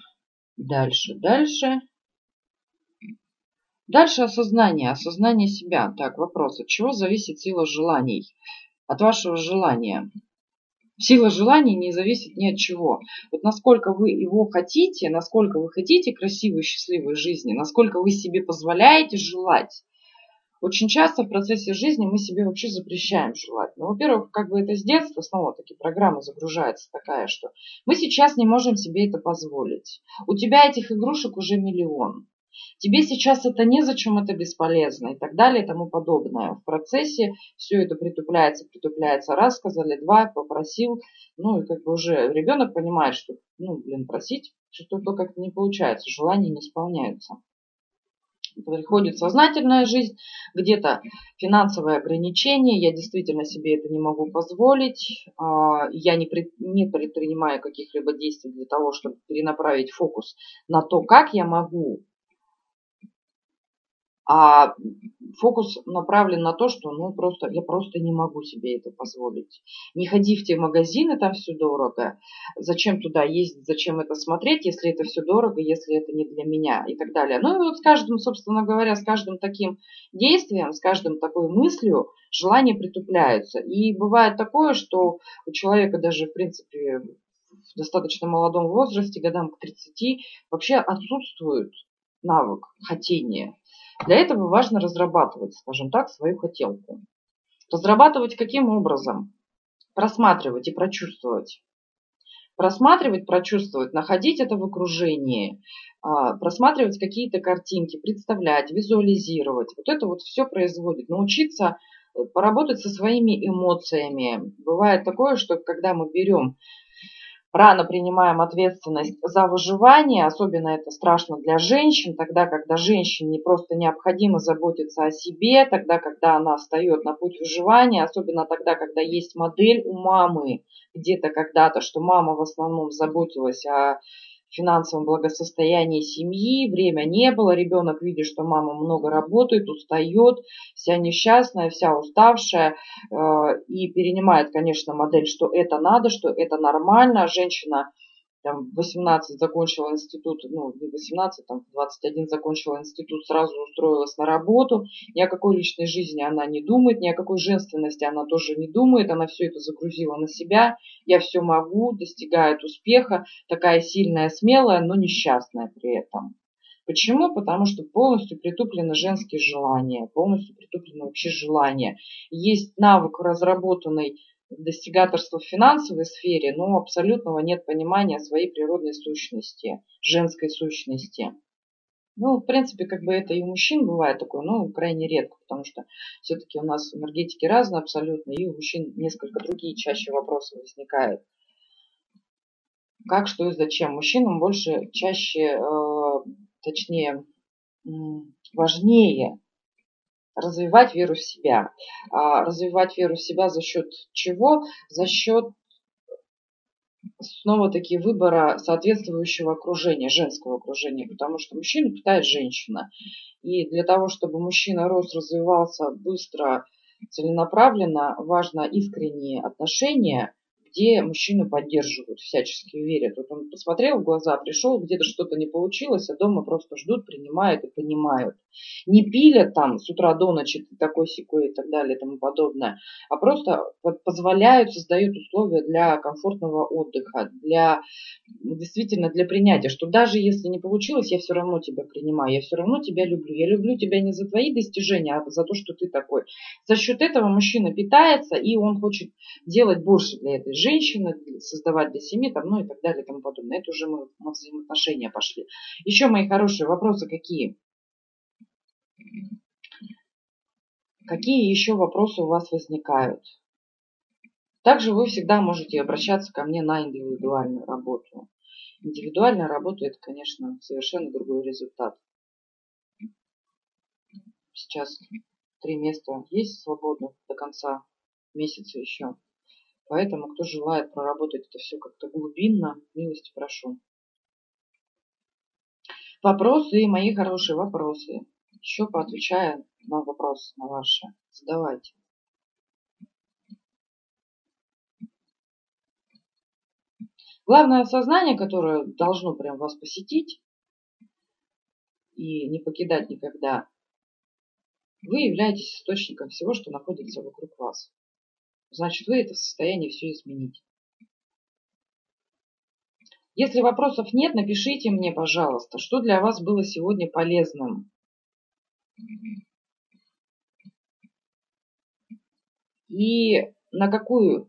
Дальше осознание себя. Так, вопрос. От чего зависит сила желаний? От вашего желания. Сила желаний не зависит ни от чего. Вот насколько вы его хотите, насколько вы хотите красивой, счастливой жизни, насколько вы себе позволяете желать. Очень часто в процессе жизни мы себе вообще запрещаем желать. Ну, во-первых, как бы это с детства, снова-таки программа загружается такая, что мы сейчас не можем себе это позволить. У тебя этих игрушек уже миллион. Тебе сейчас это незачем, это бесполезно и так далее и тому подобное. В процессе все это притупляется. Раз, сказали, два, попросил. Ну и как бы уже ребенок понимает, что, просить что-то как-то не получается, желания не исполняются. Приходит сознательная жизнь, где-то финансовые ограничения, я действительно себе это не могу позволить, я не предпринимаю каких-либо действий для того, чтобы перенаправить фокус на то, как я могу, а фокус направлен на то, что я просто не могу себе это позволить. Не ходи в те магазины, там все дорого. Зачем туда ездить, зачем это смотреть, если это все дорого, если это не для меня и так далее. Ну и вот с каждым, собственно говоря, с каждым таким действием, с каждым такой мыслью желания притупляются. И бывает такое, что у человека даже, в принципе, в достаточно молодом возрасте, годам к 30, вообще отсутствует навык хотения. Для этого важно разрабатывать, скажем так, свою хотелку. Разрабатывать каким образом? Просматривать и прочувствовать. Просматривать, прочувствовать, находить это в окружении, просматривать какие-то картинки, представлять, визуализировать. Вот это вот все производит. Научиться поработать со своими эмоциями. Бывает такое, что когда мы берем рано принимаем ответственность за выживание, особенно это страшно для женщин, тогда, когда женщине просто необходимо заботиться о себе, тогда, когда она встает на путь выживания, особенно тогда, когда есть модель у мамы где-то когда-то, что мама в основном заботилась о финансовом благосостоянии семьи, время не было, ребенок видит, что мама много работает, устает, вся несчастная, вся уставшая, и перенимает, конечно, модель, что это надо, что это нормально. Женщина там, в 18 закончила институт, ну, не 18, там, в 21 закончила институт, сразу устроилась на работу. Ни о какой личной жизни она не думает, ни о какой женственности она тоже не думает. Она все это загрузила на себя. Я все могу, достигает успеха. Такая сильная, смелая, но несчастная при этом. Почему? Потому что полностью притуплены женские желания, полностью притуплены вообще желания. Есть навык разработанный достигаторства в финансовой сфере, но абсолютного нет понимания своей природной сущности, женской сущности. Ну, в принципе, как бы это и у мужчин бывает такое, но крайне редко, потому что все-таки у нас энергетики разные абсолютно, и у мужчин несколько другие чаще вопросы возникают. Как, что и зачем. Мужчинам больше, чаще, точнее, важнее развивать веру в себя. Развивать веру в себя за счет чего? За счет снова-таки выбора соответствующего окружения, женского окружения, потому что мужчину питает женщина. И для того, чтобы мужчина рос, развивался быстро, целенаправленно, важно искренние отношения, где мужчину поддерживают, всячески верят. Вот он посмотрел в глаза, пришел, где-то что-то не получилось, а дома просто ждут, принимают и понимают. Не пилят там с утра до ночи такой секой и так далее и тому подобное, а просто позволяют, создают условия для комфортного отдыха, для действительно для принятия, что даже если не получилось, я все равно тебя принимаю, я все равно тебя люблю. Я люблю тебя не за твои достижения, а за то, что ты такой. За счет этого мужчина питается, и он хочет делать больше для этой женщины, создавать для семьи, там, ну и так далее и тому подобное. Это уже мы на взаимоотношения пошли. Еще, мои хорошие, вопросы какие? Какие еще вопросы у вас возникают? Также вы всегда можете обращаться ко мне на индивидуальную работу. Индивидуальная работа – это, конечно, совершенно другой результат. Сейчас 3 места есть свободных до конца месяца еще. Поэтому, кто желает проработать это все как-то глубинно, милости прошу. Вопросы, мои хорошие вопросы. Еще поотвечаю на вопросы на ваши. Задавайте. Главное сознание, которое должно прям вас посетить и не покидать никогда, вы являетесь источником всего, что находится вокруг вас. Значит, вы это в состоянии все изменить. Если вопросов нет, напишите мне, пожалуйста, что для вас было сегодня полезным. И на какую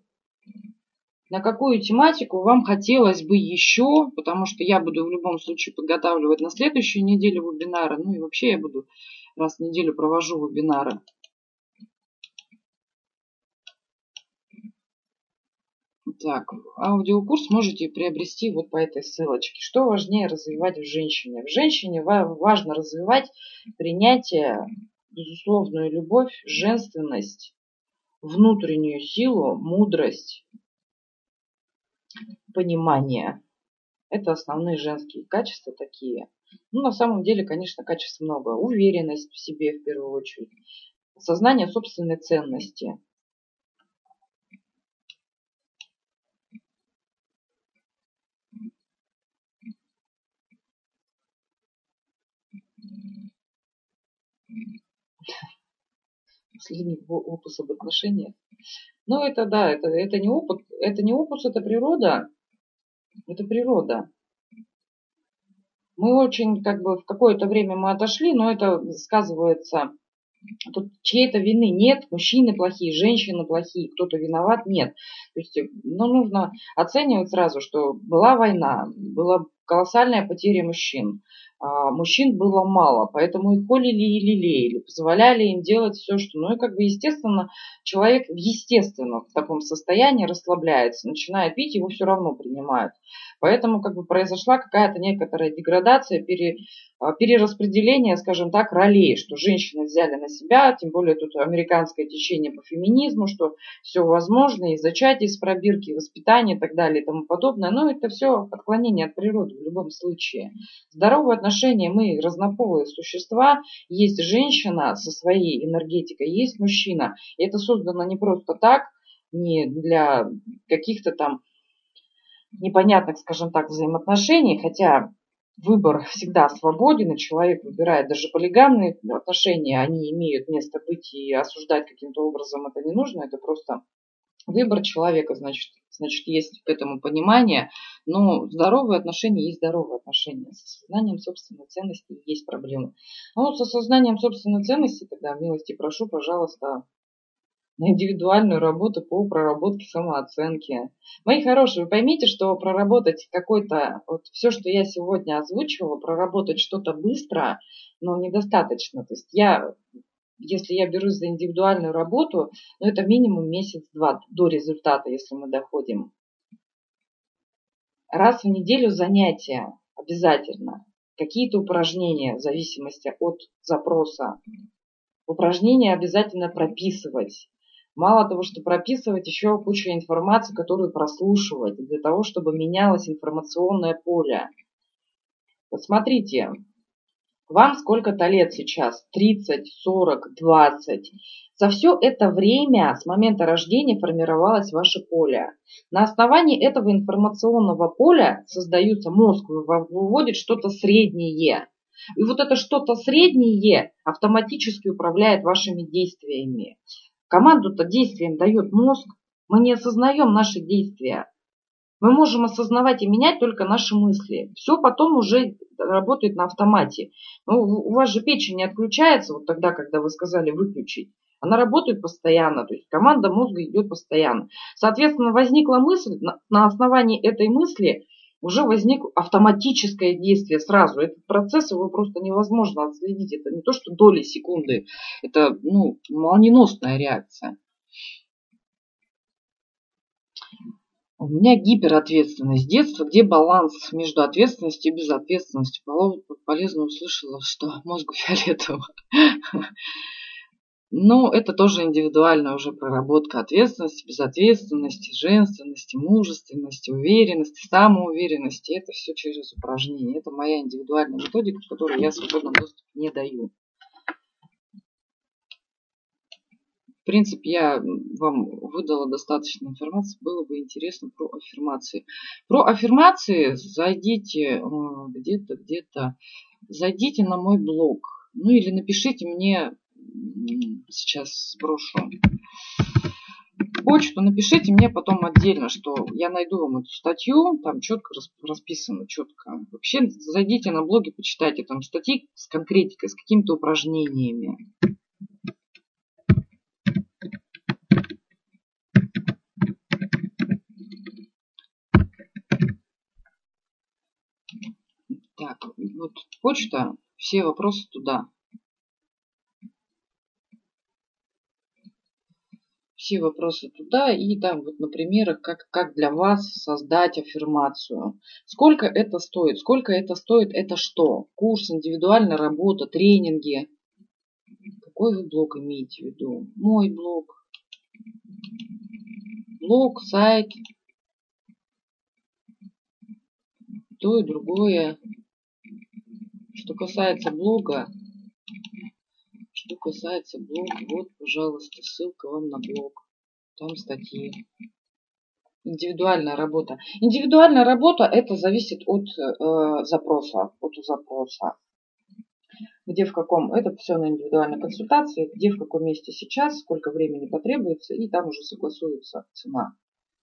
тематику вам хотелось бы еще, потому что я буду в любом случае подготавливать на следующую неделю вебинары, ну и вообще я буду раз в неделю провожу вебинары. Так, аудиокурс можете приобрести вот по этой ссылочке. Что важнее развивать в женщине? В женщине важно развивать принятие, безусловную любовь, женственность, внутреннюю силу, мудрость, понимание. Это основные женские качества такие. Ну, на самом деле, конечно, качеств много. Уверенность в себе в первую очередь. Осознание собственной ценности. Последний опус об отношениях. Ну, это да, это не опыт, это природа. Это природа. Мы очень, как бы, в какое-то время мы отошли, но это сказывается, тут чьей-то вины нет, мужчины плохие, женщины плохие, кто-то виноват, нет. То есть, ну, нужно оценивать сразу, что была война, было колоссальная потеря мужчин. Мужчин было мало, поэтому их холили и лелеяли, позволяли им делать все, что... Ну и как бы естественно, человек естественно в таком состоянии расслабляется, начинает пить, его все равно принимают. Поэтому как бы произошла какая-то некоторая деградация, перераспределение, скажем так, ролей, что женщины взяли на себя, тем более тут американское течение по феминизму, что все возможно, и зачатие из пробирки, и воспитание и так далее и тому подобное. Но это все отклонение от природы в любом случае. Здоровые отношения, мы разнополые существа, есть женщина со своей энергетикой, есть мужчина. И это создано не просто так, не для каких-то там непонятных, скажем так, взаимоотношений, хотя выбор всегда свободен, и человек выбирает даже полигамные отношения, они имеют место быть, и осуждать каким-то образом это не нужно, это просто выбор человека, значит есть к этому понимание, но здоровые отношения есть здоровые отношения. С осознанием собственной ценности есть проблемы. А вот с осознанием собственной ценности, тогда милости прошу, пожалуйста, на индивидуальную работу по проработке самооценки. Мои хорошие, вы поймите, что проработать какой-то, вот все, что я сегодня озвучивала, проработать что-то быстро, но недостаточно. То есть если я берусь за индивидуальную работу, ну это минимум месяц-два до результата, если мы доходим. Раз в неделю занятия обязательно. Какие-то упражнения в зависимости от запроса. Упражнения обязательно прописывать. Мало того, что прописывать, еще куча информации, которую прослушивать, для того, чтобы менялось информационное поле. Вот смотрите, вам сколько-то лет сейчас? 30, 40, 20. За все это время с момента рождения формировалось ваше поле. На основании этого информационного поля создаются мозг, выводит что-то среднее. И вот это что-то среднее автоматически управляет вашими действиями. Команду-то действиям дает мозг. Мы не осознаем наши действия. Мы можем осознавать и менять только наши мысли. Все потом уже работает на автомате. Ну, у вас же печень не отключается вот тогда, когда вы сказали выключить. Она работает постоянно, то есть команда мозга идет постоянно. Соответственно, возникла мысль, на основании этой мысли уже возникло автоматическое действие сразу. Этот процесс его просто невозможно отследить. Это не то, что доли секунды. Это молниеносная реакция. У меня гиперответственность с детства. Где баланс между ответственностью и безответственностью? Полезно услышала, что мозгу фиолетово. Но это тоже индивидуальная уже проработка ответственности, безответственности, женственности, мужественности, уверенности, самоуверенности. Это все через упражнения. Это моя индивидуальная методика, которую я в свободном доступе не даю. В принципе, я вам выдала достаточно информации. Было бы интересно про аффирмации. Про аффирмации зайдите где-то, зайдите на мой блог. Ну или напишите мне, сейчас сброшу почту, напишите мне потом отдельно, что я найду вам эту статью, там четко расписано, четко. Вообще зайдите на блог и почитайте там статьи с конкретикой, с какими-то упражнениями. Так, вот почта, все вопросы туда. Все вопросы туда. И там вот, например, как для вас создать аффирмацию. Сколько это стоит? Сколько это стоит? Это что? Курс, индивидуальная работа, тренинги. Какой вы блог имеете в виду? Мой блог. Блог, сайт. То и другое. Что касается блога, вот, пожалуйста, ссылка вам на блог. Там статьи. Индивидуальная работа. Индивидуальная работа это зависит от запроса. Где в каком, это все на индивидуальной консультации, где в каком месте сейчас, сколько времени потребуется, и там уже согласуется цена.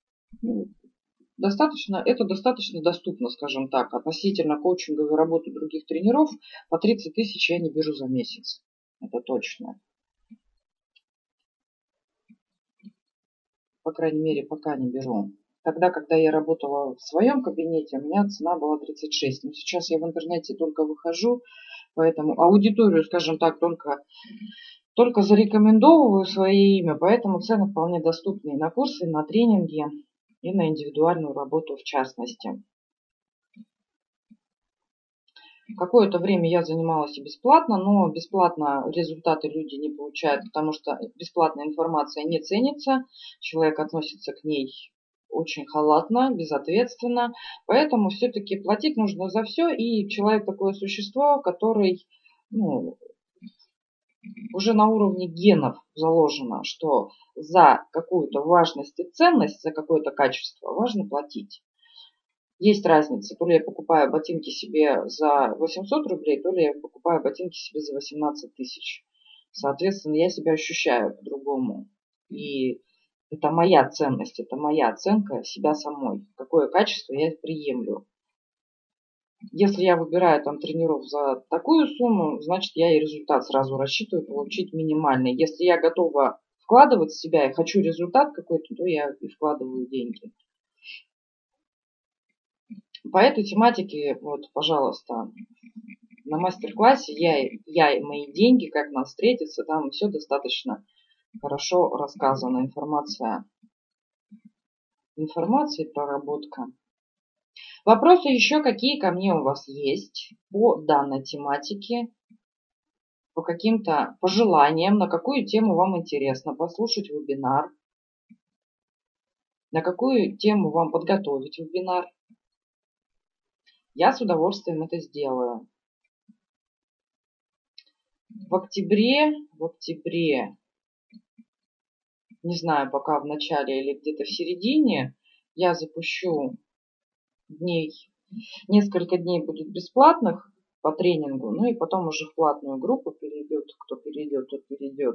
Это достаточно доступно, скажем так, относительно коучинговой работы других тренеров. По 30 тысяч я не беру за месяц. Это точно. По крайней мере, пока не беру. Тогда, когда я работала в своем кабинете, у меня цена была 36. Но сейчас я в интернете только выхожу, поэтому аудиторию, скажем так, только зарекомендовываю свое имя, поэтому цены вполне доступны и на курсы, и на тренинги, и на индивидуальную работу в частности. Какое-то время я занималась и бесплатно, но бесплатно результаты люди не получают, потому что бесплатная информация не ценится, человек относится к ней очень халатно, безответственно, поэтому все-таки платить нужно за все, и человек такое существо, который уже на уровне генов заложено, что за какую-то важность и ценность, за какое-то качество важно платить. Есть разница, то ли я покупаю ботинки себе за 800 рублей, то ли я покупаю ботинки себе за 18 тысяч. Соответственно, я себя ощущаю по-другому. И это моя ценность, это моя оценка себя самой. Какое качество я приемлю. Если я выбираю там тренеров за такую сумму, значит я и результат сразу рассчитываю получить минимальный. Если я готова вкладывать в себя и хочу результат какой-то, то я и вкладываю деньги. По этой тематике, вот, пожалуйста, на мастер-классе я и мои деньги, как нам встретиться, там все достаточно хорошо рассказано. Информация и проработка. Вопросы еще какие ко мне у вас есть по данной тематике, по каким-то пожеланиям, на какую тему вам интересно послушать вебинар, на какую тему вам подготовить вебинар. Я с удовольствием это сделаю. В октябре, не знаю, пока в начале или где-то в середине, я запущу несколько дней будет бесплатных по тренингу, ну и потом уже в платную группу перейдет, кто перейдет, тот перейдет.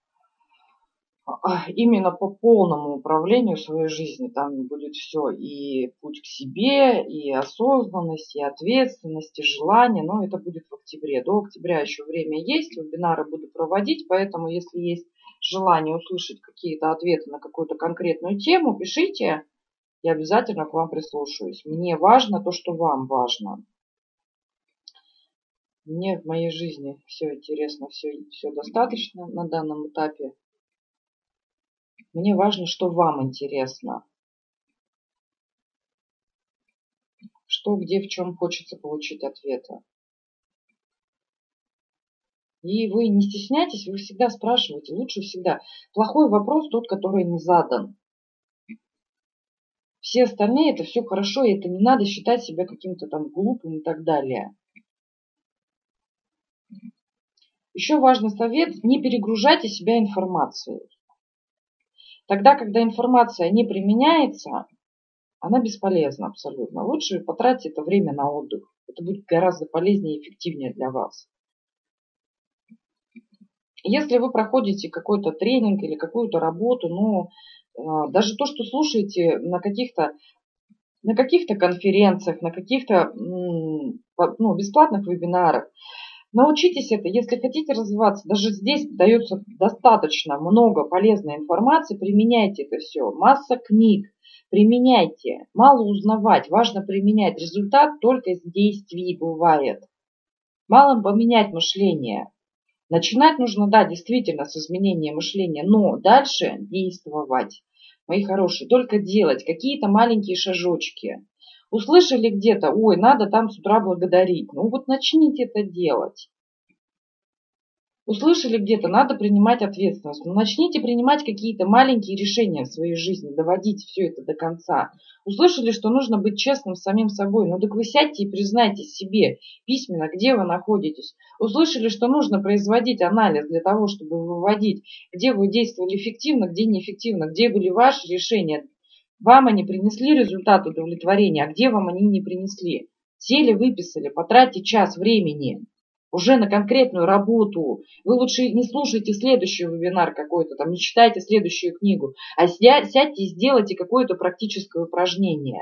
Именно по полному управлению своей жизни. Там будет все, и путь к себе, и осознанность, и ответственность, и желание. Но это будет в октябре. До октября еще время есть, вебинары буду проводить, поэтому если есть желание услышать какие-то ответы на какую-то конкретную тему, пишите, я обязательно к вам прислушаюсь. Мне важно то, что вам важно. Мне в моей жизни все интересно, все достаточно на данном этапе. Мне важно, что вам интересно. Что, где, в чем хочется получить ответы. И вы не стесняйтесь, вы всегда спрашиваете, лучше всегда. Плохой вопрос тот, который не задан. Все остальные это все хорошо, и это не надо считать себя каким-то там глупым и так далее. Еще важный совет, не перегружайте себя информацией. Тогда, когда информация не применяется, она бесполезна абсолютно. Лучше потратить это время на отдых. Это будет гораздо полезнее и эффективнее для вас. Если вы проходите какой-то тренинг или какую-то работу, даже то, что слушаете на каких-то конференциях, на каких-то бесплатных вебинарах, научитесь это. Если хотите развиваться, даже здесь дается достаточно много полезной информации, применяйте это все. Масса книг, применяйте. Мало узнавать, важно применять. Результат только из действий бывает. Мало поменять мышление. Начинать нужно, да, действительно, с изменения мышления, но дальше действовать. Мои хорошие, только делать какие-то маленькие шажочки. Услышали где-то, ой, надо там с утра благодарить. Ну вот начните это делать. Услышали где-то, надо принимать ответственность. Ну, начните принимать какие-то маленькие решения в своей жизни, доводить все это до конца. Услышали, что нужно быть честным с самим собой. Ну так вы сядьте и признайтесь себе письменно, где вы находитесь. Услышали, что нужно производить анализ для того, чтобы выводить, где вы действовали эффективно, где неэффективно, где были ваши решения. Вам они принесли результат удовлетворения, а где вам они не принесли. Сели, выписали, потратьте час времени уже на конкретную работу. Вы лучше не слушайте следующий вебинар какой-то, там, не читайте следующую книгу, а сядьте и сделайте какое-то практическое упражнение.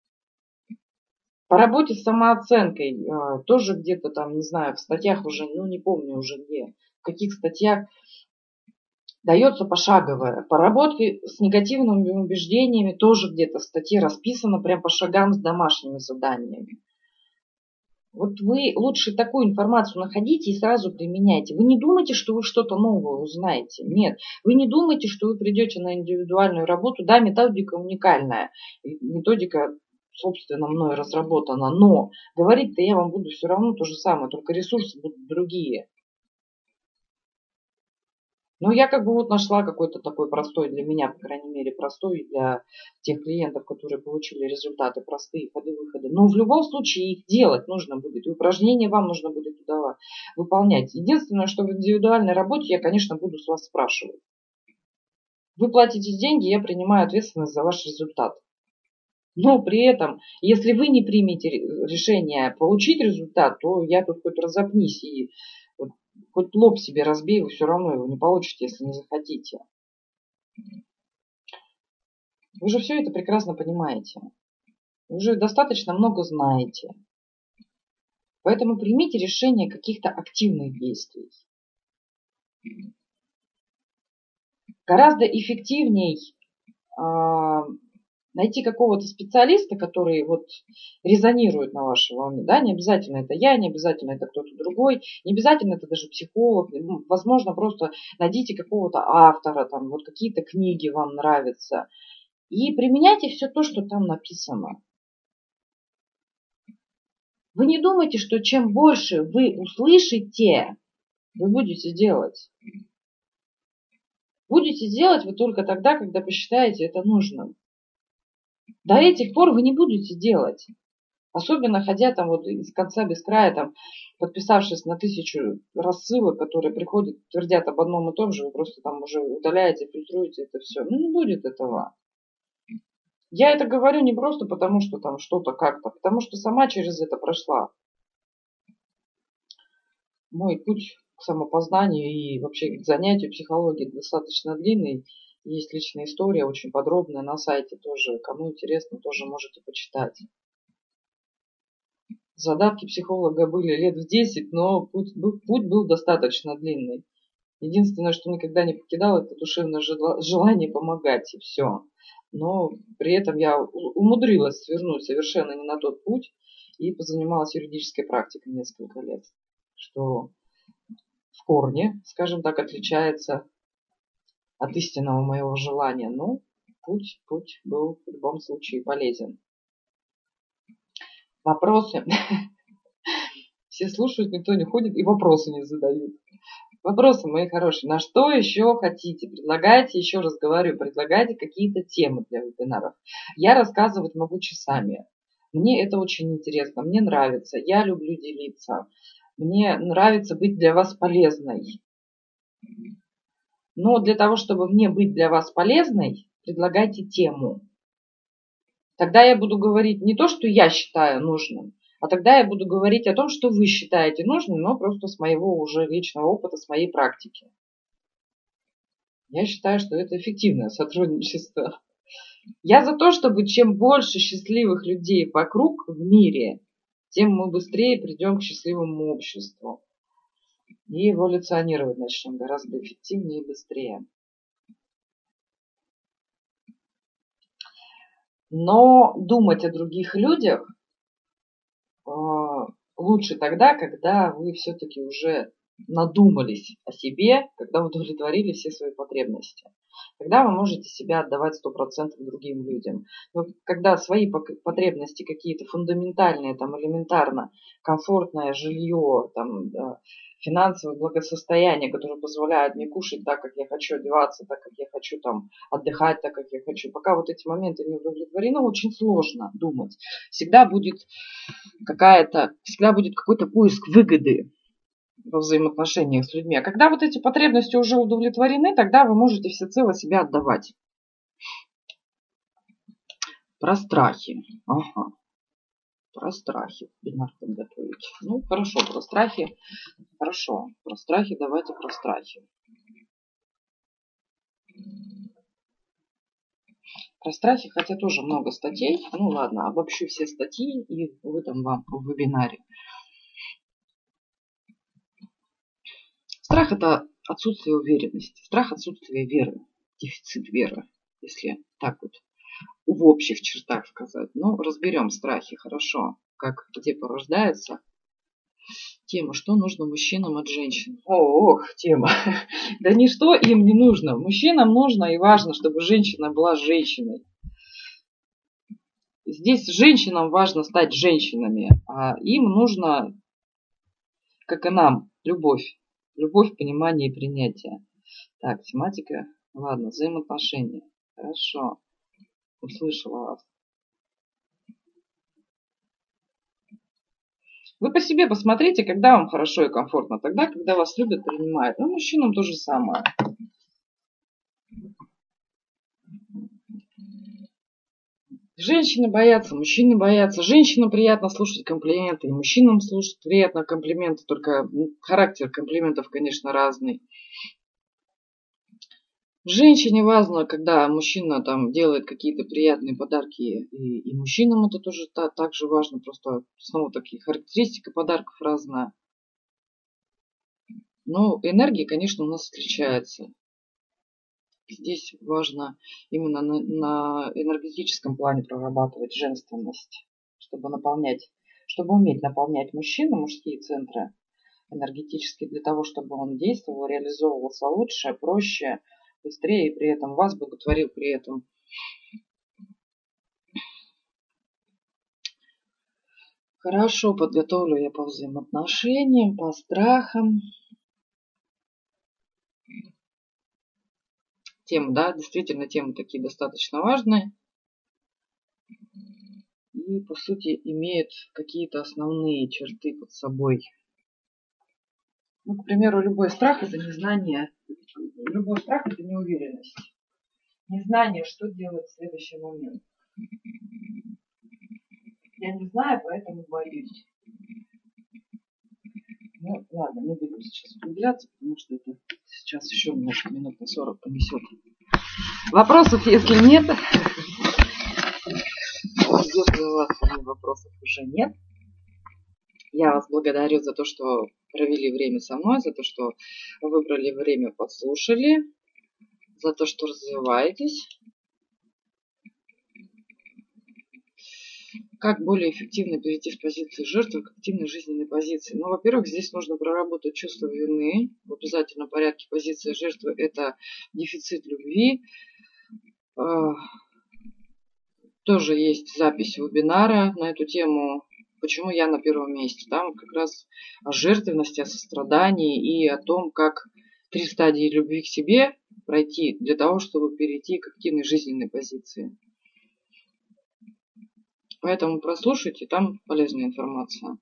По работе с самооценкой, тоже где-то там, не знаю, в статьях уже, не помню уже где, в каких статьях Дается пошаговая. Поработки с негативными убеждениями тоже где-то в статье расписано прям по шагам с домашними заданиями. Вот вы лучше такую информацию находите и сразу применяйте. Вы не думайте, что вы что-то новое узнаете. Нет. Вы не думайте, что вы придете на индивидуальную работу. Да, методика уникальная. Методика, собственно, мной разработана. Но говорить-то я вам буду все равно то же самое, только ресурсы будут другие. Но я как бы вот нашла какой-то такой простой для меня, по крайней мере, простой для тех клиентов, которые получили результаты, простые ходы-выходы. Но в любом случае их делать нужно будет. И упражнения вам нужно будет туда выполнять. Единственное, что в индивидуальной работе я, конечно, буду с вас спрашивать. Вы платите деньги, я принимаю ответственность за ваш результат. Но при этом, если вы не примете решение получить результат, то я тут хоть разопнись и хоть лоб себе разбей, вы все равно его не получите, если не захотите. Вы же все это прекрасно понимаете. Вы уже достаточно много знаете. Поэтому примите решение каких-то активных действий. Гораздо эффективней найти какого-то специалиста, который вот резонирует на вашей волне. Да? Не обязательно это я, не обязательно это кто-то другой, не обязательно это даже психолог. Возможно, просто найдите какого-то автора, там, вот какие-то книги вам нравятся. И применяйте все то, что там написано. Вы не думайте, что чем больше вы услышите, вы будете делать. Будете делать вы только тогда, когда посчитаете это нужным. До этих пор вы не будете делать. Особенно ходя там вот из конца без края, там, подписавшись на 1000 рассылок, которые приходят, твердят об одном и том же, вы просто там уже удаляете, фильтруете это все. Ну не будет этого. Я это говорю не просто потому, что там что-то как-то, потому что сама через это прошла. Мой путь к самопознанию и вообще к занятию психологией достаточно длинный. Есть личная история, очень подробная на сайте тоже. Кому интересно, тоже можете почитать. Задатки психолога были лет в 10, но путь был достаточно длинный. Единственное, что никогда не покидало, это душевное желание помогать, и все. Но при этом я умудрилась свернуть совершенно не на тот путь и позанималась юридической практикой несколько лет, что в корне, скажем так, отличается от истинного моего желания. Но путь был в любом случае полезен. Вопросы? Все слушают, никто не ходит и вопросы не задают. Вопросы, мои хорошие. На что еще хотите? Предлагайте, еще раз говорю, предлагайте какие-то темы для вебинаров. Я рассказывать могу часами. Мне это очень интересно, мне нравится, я люблю делиться. Мне нравится быть для вас полезной. Но для того, чтобы мне быть для вас полезной, предлагайте тему. Тогда я буду говорить не то, что я считаю нужным, а тогда я буду говорить о том, что вы считаете нужным, но просто с моего уже личного опыта, с моей практики. Я считаю, что это эффективное сотрудничество. Я за то, чтобы чем больше счастливых людей вокруг в мире, тем мы быстрее придем к счастливому обществу. И эволюционировать начнем гораздо эффективнее и быстрее. Но думать о других людях лучше тогда, когда вы все-таки уже надумались о себе, когда удовлетворили все свои потребности. Тогда вы можете себя отдавать 100% другим людям. Но когда свои потребности какие-то фундаментальные, там, элементарно, комфортное жилье, там, финансовое благосостояние, которое позволяет мне кушать так, как я хочу, одеваться так, как я хочу, там, отдыхать так, как я хочу. Пока вот эти моменты не удовлетворены, очень сложно думать. Всегда будет какой-то поиск выгоды во взаимоотношениях с людьми. А когда вот эти потребности уже удовлетворены, тогда вы можете всецело себя отдавать. Про страхи. Ага. Про страхи вебинар подготовить. Ну, хорошо, про страхи. Хорошо. Про страхи, давайте про страхи. Про страхи, хотя тоже много статей. Ну ладно, обобщу все статьи и выдам вам в вебинаре. Страх – это отсутствие уверенности, страх отсутствия веры, дефицит веры, если так вот в общих чертах сказать. Ну, разберем страхи, хорошо, как где порождается. Тема, что нужно мужчинам от женщин. Ох, тема. Да ничто им не нужно. Мужчинам нужно и важно, чтобы женщина была женщиной. Здесь женщинам важно стать женщинами, а им нужно, как и нам, любовь. Любовь, понимание и принятие. Так, тематика. Ладно, взаимоотношения. Хорошо. Услышала вас. Вы по себе посмотрите, когда вам хорошо и комфортно. Тогда, когда вас любят, принимают. Ну, мужчинам то же самое. Женщины боятся, мужчины боятся. Женщинам приятно слушать комплименты, и мужчинам слушать приятно комплименты. Только характер комплиментов, конечно, разный. Женщине важно, когда мужчина там делает какие-то приятные подарки, и мужчинам это тоже так же важно. Просто снова такие характеристика подарков разная. Но энергия, конечно, у нас отличается. Здесь важно именно на энергетическом плане прорабатывать женственность, чтобы уметь наполнять мужчину, мужские центры энергетически, для того, чтобы он действовал, реализовывался лучше, проще, быстрее, и при этом вас благотворил при этом. Хорошо, подготовлю я по взаимоотношениям, по страхам. Темы, да, действительно, темы такие достаточно важные. И, по сути, имеют какие-то основные черты под собой. Ну, к примеру, любой страх – это незнание, любой страх – это неуверенность. Незнание, что делать в следующий момент. Я не знаю, поэтому боюсь. Ну, ладно, не буду сейчас углубляться, потому что это сейчас еще немножко минут на 40 понесет. Вопросов, если нет, если у вас вопросов уже нет, я вас благодарю за то, что провели время со мной, за то, что выбрали время, подслушали, за то, что развиваетесь. Как более эффективно перейти с позиции жертвы к активной жизненной позиции? Ну, во-первых, здесь нужно проработать чувство вины. В обязательном порядке позиция жертвы – это дефицит любви. Тоже есть запись вебинара на эту тему. Почему я на первом месте? Там как раз о жертвенности, о сострадании и о том, как 3 стадии любви к себе пройти для того, чтобы перейти к активной жизненной позиции. Поэтому прослушайте, там полезная информация.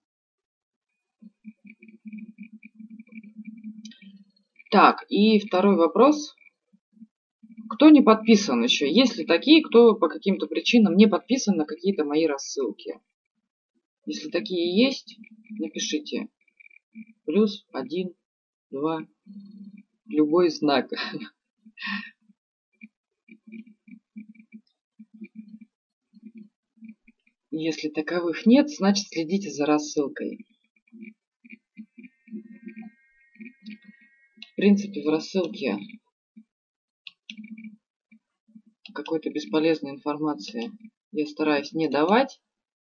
Так, и второй вопрос. Кто не подписан еще? Есть ли такие, кто по каким-то причинам не подписан на какие-то мои рассылки? Если такие есть, напишите. +1, 2, любой знак. Если таковых нет, значит следите за рассылкой. В принципе, в рассылке какой-то бесполезной информации я стараюсь не давать.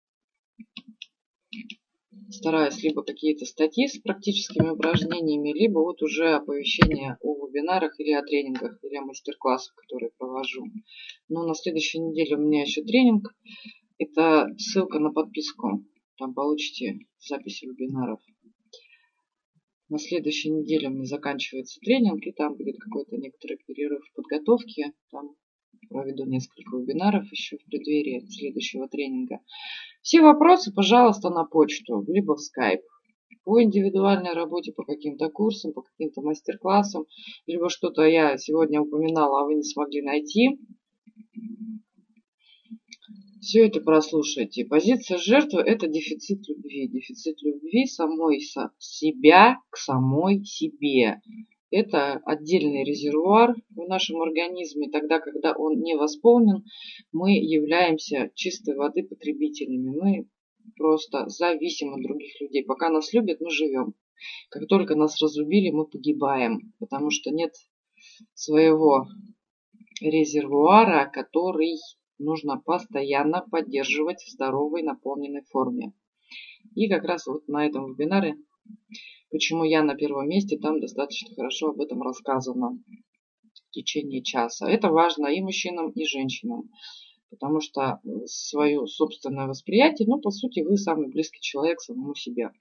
Стараюсь либо какие-то статьи с практическими упражнениями, либо вот уже оповещения о вебинарах или о тренингах, или о мастер-классах, которые провожу. Но на следующей неделе у меня еще тренинг. Это ссылка на подписку. Там получите записи вебинаров. На следующей неделе у меня заканчивается тренинг, и там будет какой-то некоторый перерыв в подготовке. Там проведу несколько вебинаров еще в преддверии следующего тренинга. Все вопросы, пожалуйста, на почту, либо в Skype. По индивидуальной работе, по каким-то курсам, по каким-то мастер-классам, либо что-то я сегодня упоминала, а вы не смогли найти. Все это прослушайте. Позиция жертвы – это дефицит любви. Дефицит любви самой себя к самой себе. Это отдельный резервуар в нашем организме. Тогда, когда он не восполнен, мы являемся чистой воды потребителями. Мы просто зависим от других людей. Пока нас любят, мы живем. Как только нас разлюбили, мы погибаем, потому что нет своего резервуара, который нужно постоянно поддерживать в здоровой, наполненной форме. И как раз вот на этом вебинаре, почему я на первом месте, там достаточно хорошо об этом рассказано в течение часа. Это важно и мужчинам, и женщинам, потому что свое собственное восприятие, ну, по сути, вы самый близкий человек самому себе.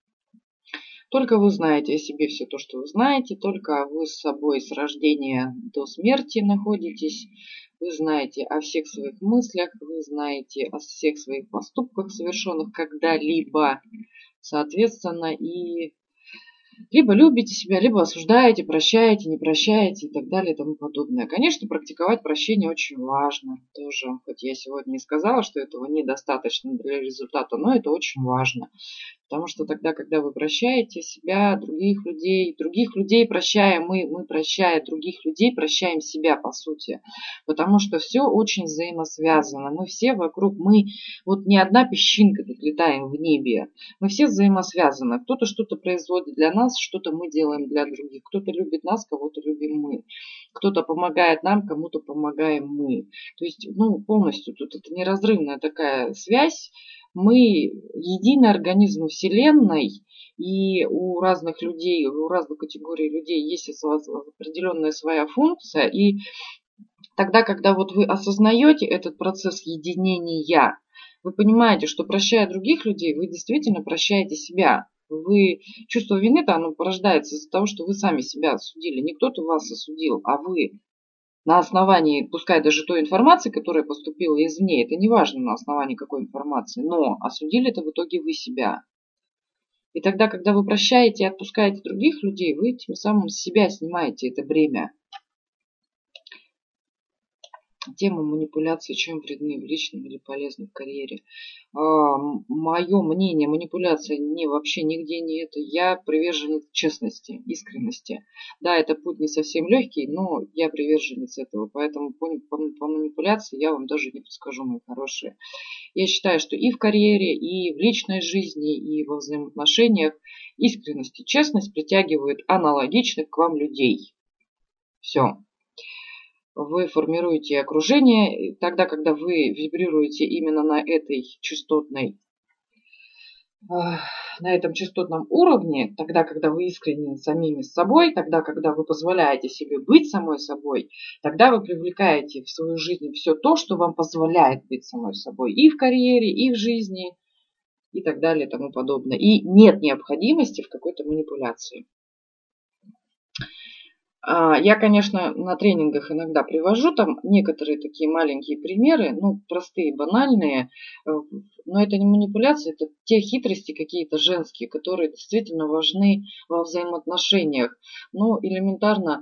Только вы знаете о себе все то, что вы знаете, только вы с собой с рождения до смерти находитесь, вы знаете о всех своих мыслях, вы знаете о всех своих поступках, совершенных когда-либо, соответственно, и либо любите себя, либо осуждаете, прощаете, не прощаете и так далее и тому подобное. Конечно, практиковать прощение очень важно тоже. Хоть я сегодня и сказала, что этого недостаточно для результата, но это очень важно. Потому что тогда, когда вы прощаете себя, других людей прощаем мы прощая других людей, прощаем себя, по сути. Потому что все очень взаимосвязано. Мы все вокруг, вот не одна песчинка тут летаем в небе. Мы все взаимосвязаны. Кто-то что-то производит для нас, что-то мы делаем для других. Кто-то любит нас, кого-то любим мы. Кто-то помогает нам, кому-то помогаем мы. То есть, полностью тут это неразрывная такая связь. Мы единый организм Вселенной, и у разных людей, у разных категорий людей есть определенная своя функция. И тогда, когда вот вы осознаете этот процесс единения, вы понимаете, что прощая других людей, вы действительно прощаете себя. Чувство вины-то оно порождается из-за того, что вы сами себя осудили. Не кто-то вас осудил, а вы. На основании, пускай даже той информации, которая поступила извне, это не важно на основании какой информации, но осудили это в итоге вы себя. И тогда, когда вы прощаете и отпускаете других людей, вы тем самым с себя снимаете это бремя. Тема манипуляции, чем вредны в личном или полезны в карьере. Мое мнение, манипуляция вообще нигде не это. Я приверженец честности, искренности. Да, это путь не совсем легкий, но я приверженец этого. Поэтому по манипуляции я вам даже не подскажу, мои хорошие. Я считаю, что и в карьере, и в личной жизни, и во взаимоотношениях искренность и честность притягивают аналогичных к вам людей. Все. Вы формируете окружение тогда, когда вы вибрируете именно на этом частотном уровне, тогда, когда вы искренне самими с собой, тогда, когда вы позволяете себе быть самой собой, тогда вы привлекаете в свою жизнь все то, что вам позволяет быть самой собой и в карьере, и в жизни, и так далее, и тому подобное. И нет необходимости в какой-то манипуляции. Я, конечно, на тренингах иногда привожу там некоторые такие маленькие примеры, простые, банальные, но это не манипуляция, это те хитрости какие-то женские, которые действительно важны во взаимоотношениях. Элементарно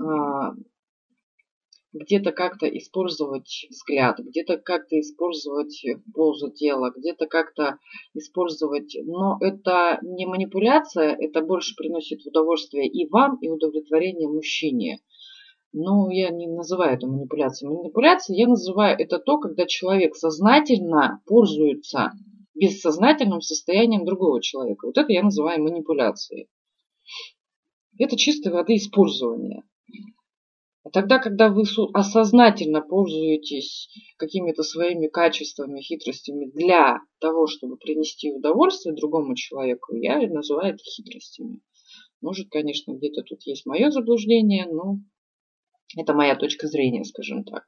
где-то как-то использовать взгляд, где-то как-то использовать позу тела, где-то как-то использовать. Но это не манипуляция, это больше приносит удовольствие и вам, и удовлетворение мужчине. Я не называю это манипуляцией. Манипуляцией я называю это то, когда человек сознательно пользуется бессознательным состоянием другого человека. Вот это я называю манипуляцией. Это чистой воды использование. А тогда, когда вы осознательно пользуетесь какими-то своими качествами, хитростями для того, чтобы принести удовольствие другому человеку, я называю это хитростями. Может, конечно, где-то тут есть мое заблуждение, но это моя точка зрения, скажем так.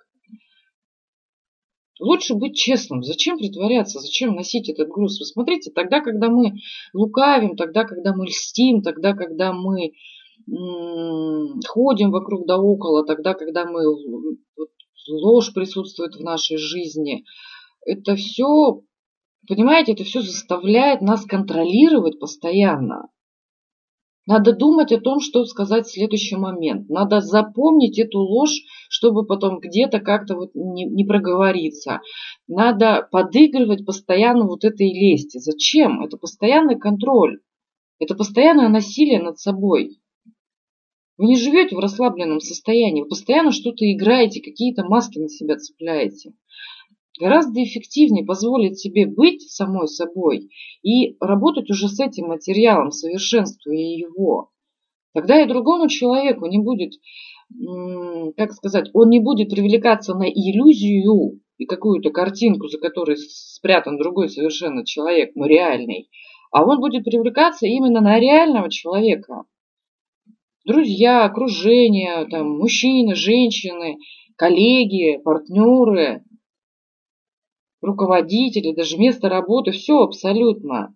Лучше быть честным. Зачем притворяться? Зачем носить этот груз? Вы смотрите, тогда, когда мы лукавим, тогда, когда мы льстим, тогда, когда мы ходим вокруг да около, тогда, когда ложь присутствует в нашей жизни, это все, понимаете, это все заставляет нас контролировать постоянно. Надо думать о том, что сказать в следующий момент. Надо запомнить эту ложь, чтобы потом где-то как-то не проговориться. Надо подыгрывать постоянно этой лести. Зачем? Это постоянный контроль. Это постоянное насилие над собой. Вы не живете в расслабленном состоянии, вы постоянно что-то играете, какие-то маски на себя цепляете. Гораздо эффективнее позволить себе быть самой собой и работать уже с этим материалом, совершенствуя его. Тогда и другому человеку не будет, как сказать, он не будет привлекаться на иллюзию и какую-то картинку, за которой спрятан другой совершенно человек, но реальный, а он будет привлекаться именно на реального человека. Друзья, окружение, там, мужчины, женщины, коллеги, партнеры, руководители, даже место работы, все абсолютно.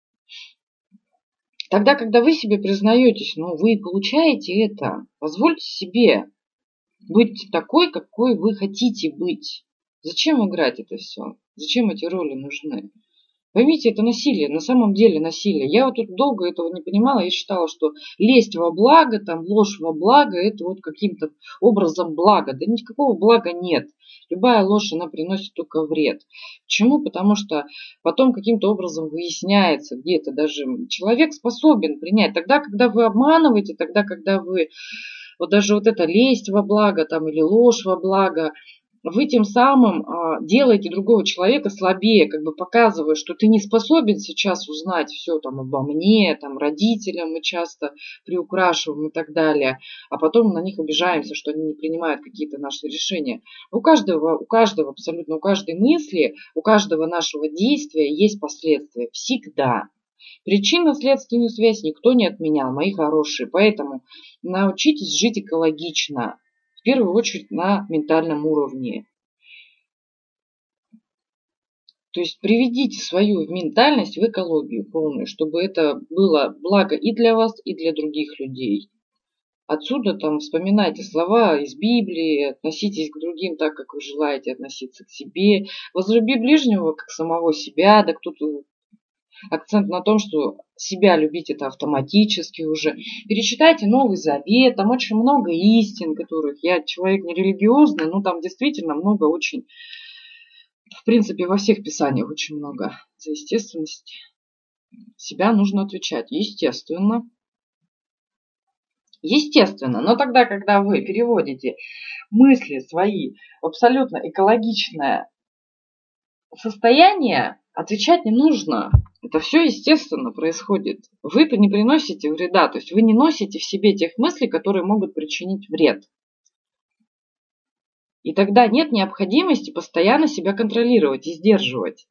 Тогда, когда вы себе признаетесь, ну, вы получаете это, позвольте себе быть такой, какой вы хотите быть. Зачем играть это все? Зачем эти роли нужны? Поймите, это насилие, на самом деле насилие. Я вот тут долго этого не понимала, я считала, что лесть во благо, там, ложь во благо, это вот каким-то образом благо. Да никакого блага нет. Любая ложь, она приносит только вред. Почему? Потому что потом каким-то образом выясняется, где-то даже человек способен принять. Тогда, когда вы обманываете, тогда, когда вы, вот даже вот это лесть во благо там, или ложь во благо, вы тем самым делаете другого человека слабее, как бы показывая, что ты не способен сейчас узнать все там обо мне, там родителям мы часто приукрашиваем и так далее, а потом на них обижаемся, что они не принимают какие-то наши решения. У каждого, абсолютно у каждой мысли, у каждого нашего действия есть последствия. Всегда. Причинно-следственную связь никто не отменял, мои хорошие. Поэтому научитесь жить экологично. В первую очередь на ментальном уровне. То есть приведите свою ментальность в экологию полную, чтобы это было благо и для вас, и для других людей. Отсюда там вспоминайте слова из Библии, относитесь к другим так, как вы желаете относиться к себе. Возлюби ближнего, как самого себя. Да кто-то акцент на том, что себя любить это автоматически уже. Перечитайте Новый Завет, там очень много истин, которых я человек не религиозный, но там действительно много очень, в принципе, во всех писаниях очень много за естественность. Себя нужно отвечать, естественно. Естественно, но тогда, когда вы переводите мысли свои в абсолютно экологичное состояние, отвечать не нужно. Это все естественно происходит. Вы-то не приносите вреда, то есть вы не носите в себе тех мыслей, которые могут причинить вред. И тогда нет необходимости постоянно себя контролировать и сдерживать.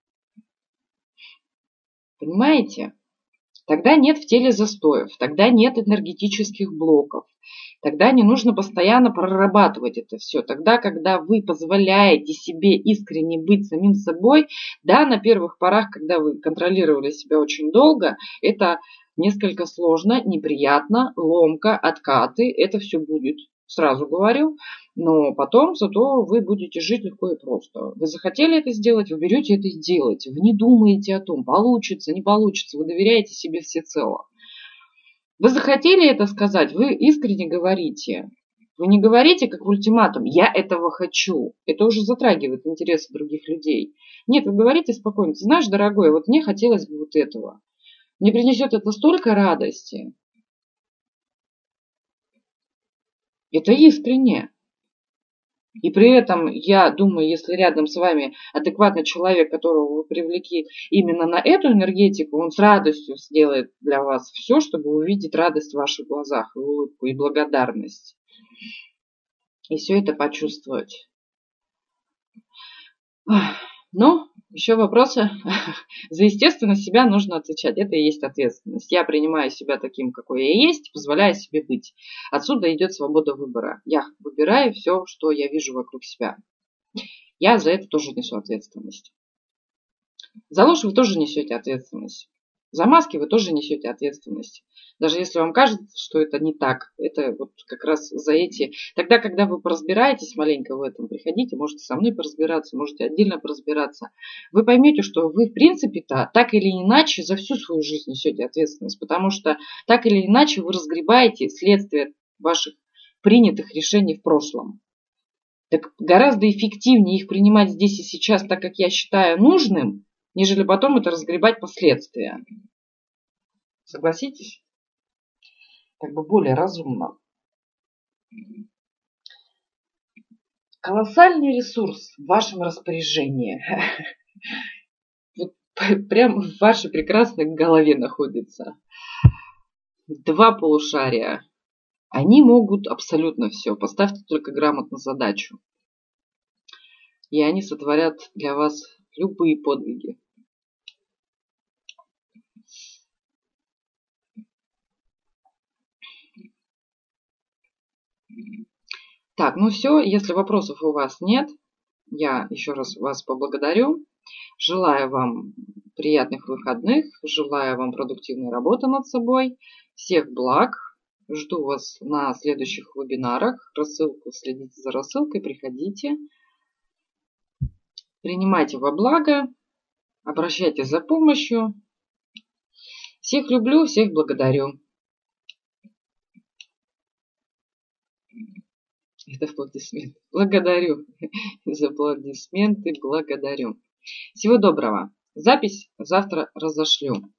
Понимаете? Тогда нет в теле застоев, тогда нет энергетических блоков, тогда не нужно постоянно прорабатывать это все. Тогда, когда вы позволяете себе искренне быть самим собой, да, на первых порах, когда вы контролировали себя очень долго, это несколько сложно, неприятно, ломко, откаты, это все будет, сразу говорю. Но потом зато вы будете жить легко и просто. Вы захотели это сделать, вы берете это и делаете. Вы не думаете о том, получится, не получится. Вы доверяете себе всецело. Вы захотели это сказать, вы искренне говорите. Вы не говорите как в ультиматум «я этого хочу». Это уже затрагивает интересы других людей. Нет, вы говорите спокойно. Ты знаешь, дорогой, вот мне хотелось бы вот этого. Мне принесет это столько радости. Это искренне. И при этом, я думаю, если рядом с вами адекватный человек, которого вы привлекли именно на эту энергетику, он с радостью сделает для вас все, чтобы увидеть радость в ваших глазах, и улыбку, и благодарность. И все это почувствовать. Ну, еще вопросы? За естественность себя нужно отвечать. Это и есть ответственность. Я принимаю себя таким, какой я есть, позволяю себе быть. Отсюда идет свобода выбора. Я выбираю все, что я вижу вокруг себя. Я за это тоже несу ответственность. За ложь вы тоже несете ответственность. За маски вы тоже несете ответственность. Даже если вам кажется, что это не так, это вот как раз за эти... Тогда, когда вы поразбираетесь маленько в этом, приходите, можете со мной поразбираться, можете отдельно поразбираться. Вы поймете, что вы в принципе-то так или иначе за всю свою жизнь несете ответственность, потому что так или иначе вы разгребаете следствие ваших принятых решений в прошлом. Так гораздо эффективнее их принимать здесь и сейчас так, как я считаю нужным, нежели потом это разгребать последствия. Согласитесь? Как бы более разумно. Колоссальный ресурс в вашем распоряжении. Вот прям в вашей прекрасной голове находится. 2 полушария. Они могут абсолютно все. Поставьте только грамотно задачу. И они сотворят для вас любые подвиги. Так, ну все. Если вопросов у вас нет, я еще раз вас поблагодарю. Желаю вам приятных выходных. Желаю вам продуктивной работы над собой. Всех благ. Жду вас на следующих вебинарах. Рассылку, следите за рассылкой, приходите. Принимайте во благо. Обращайтесь за помощью. Всех люблю, всех благодарю. Это аплодисменты. Благодарю за аплодисменты. Благодарю. Всего доброго. Запись завтра разошлю.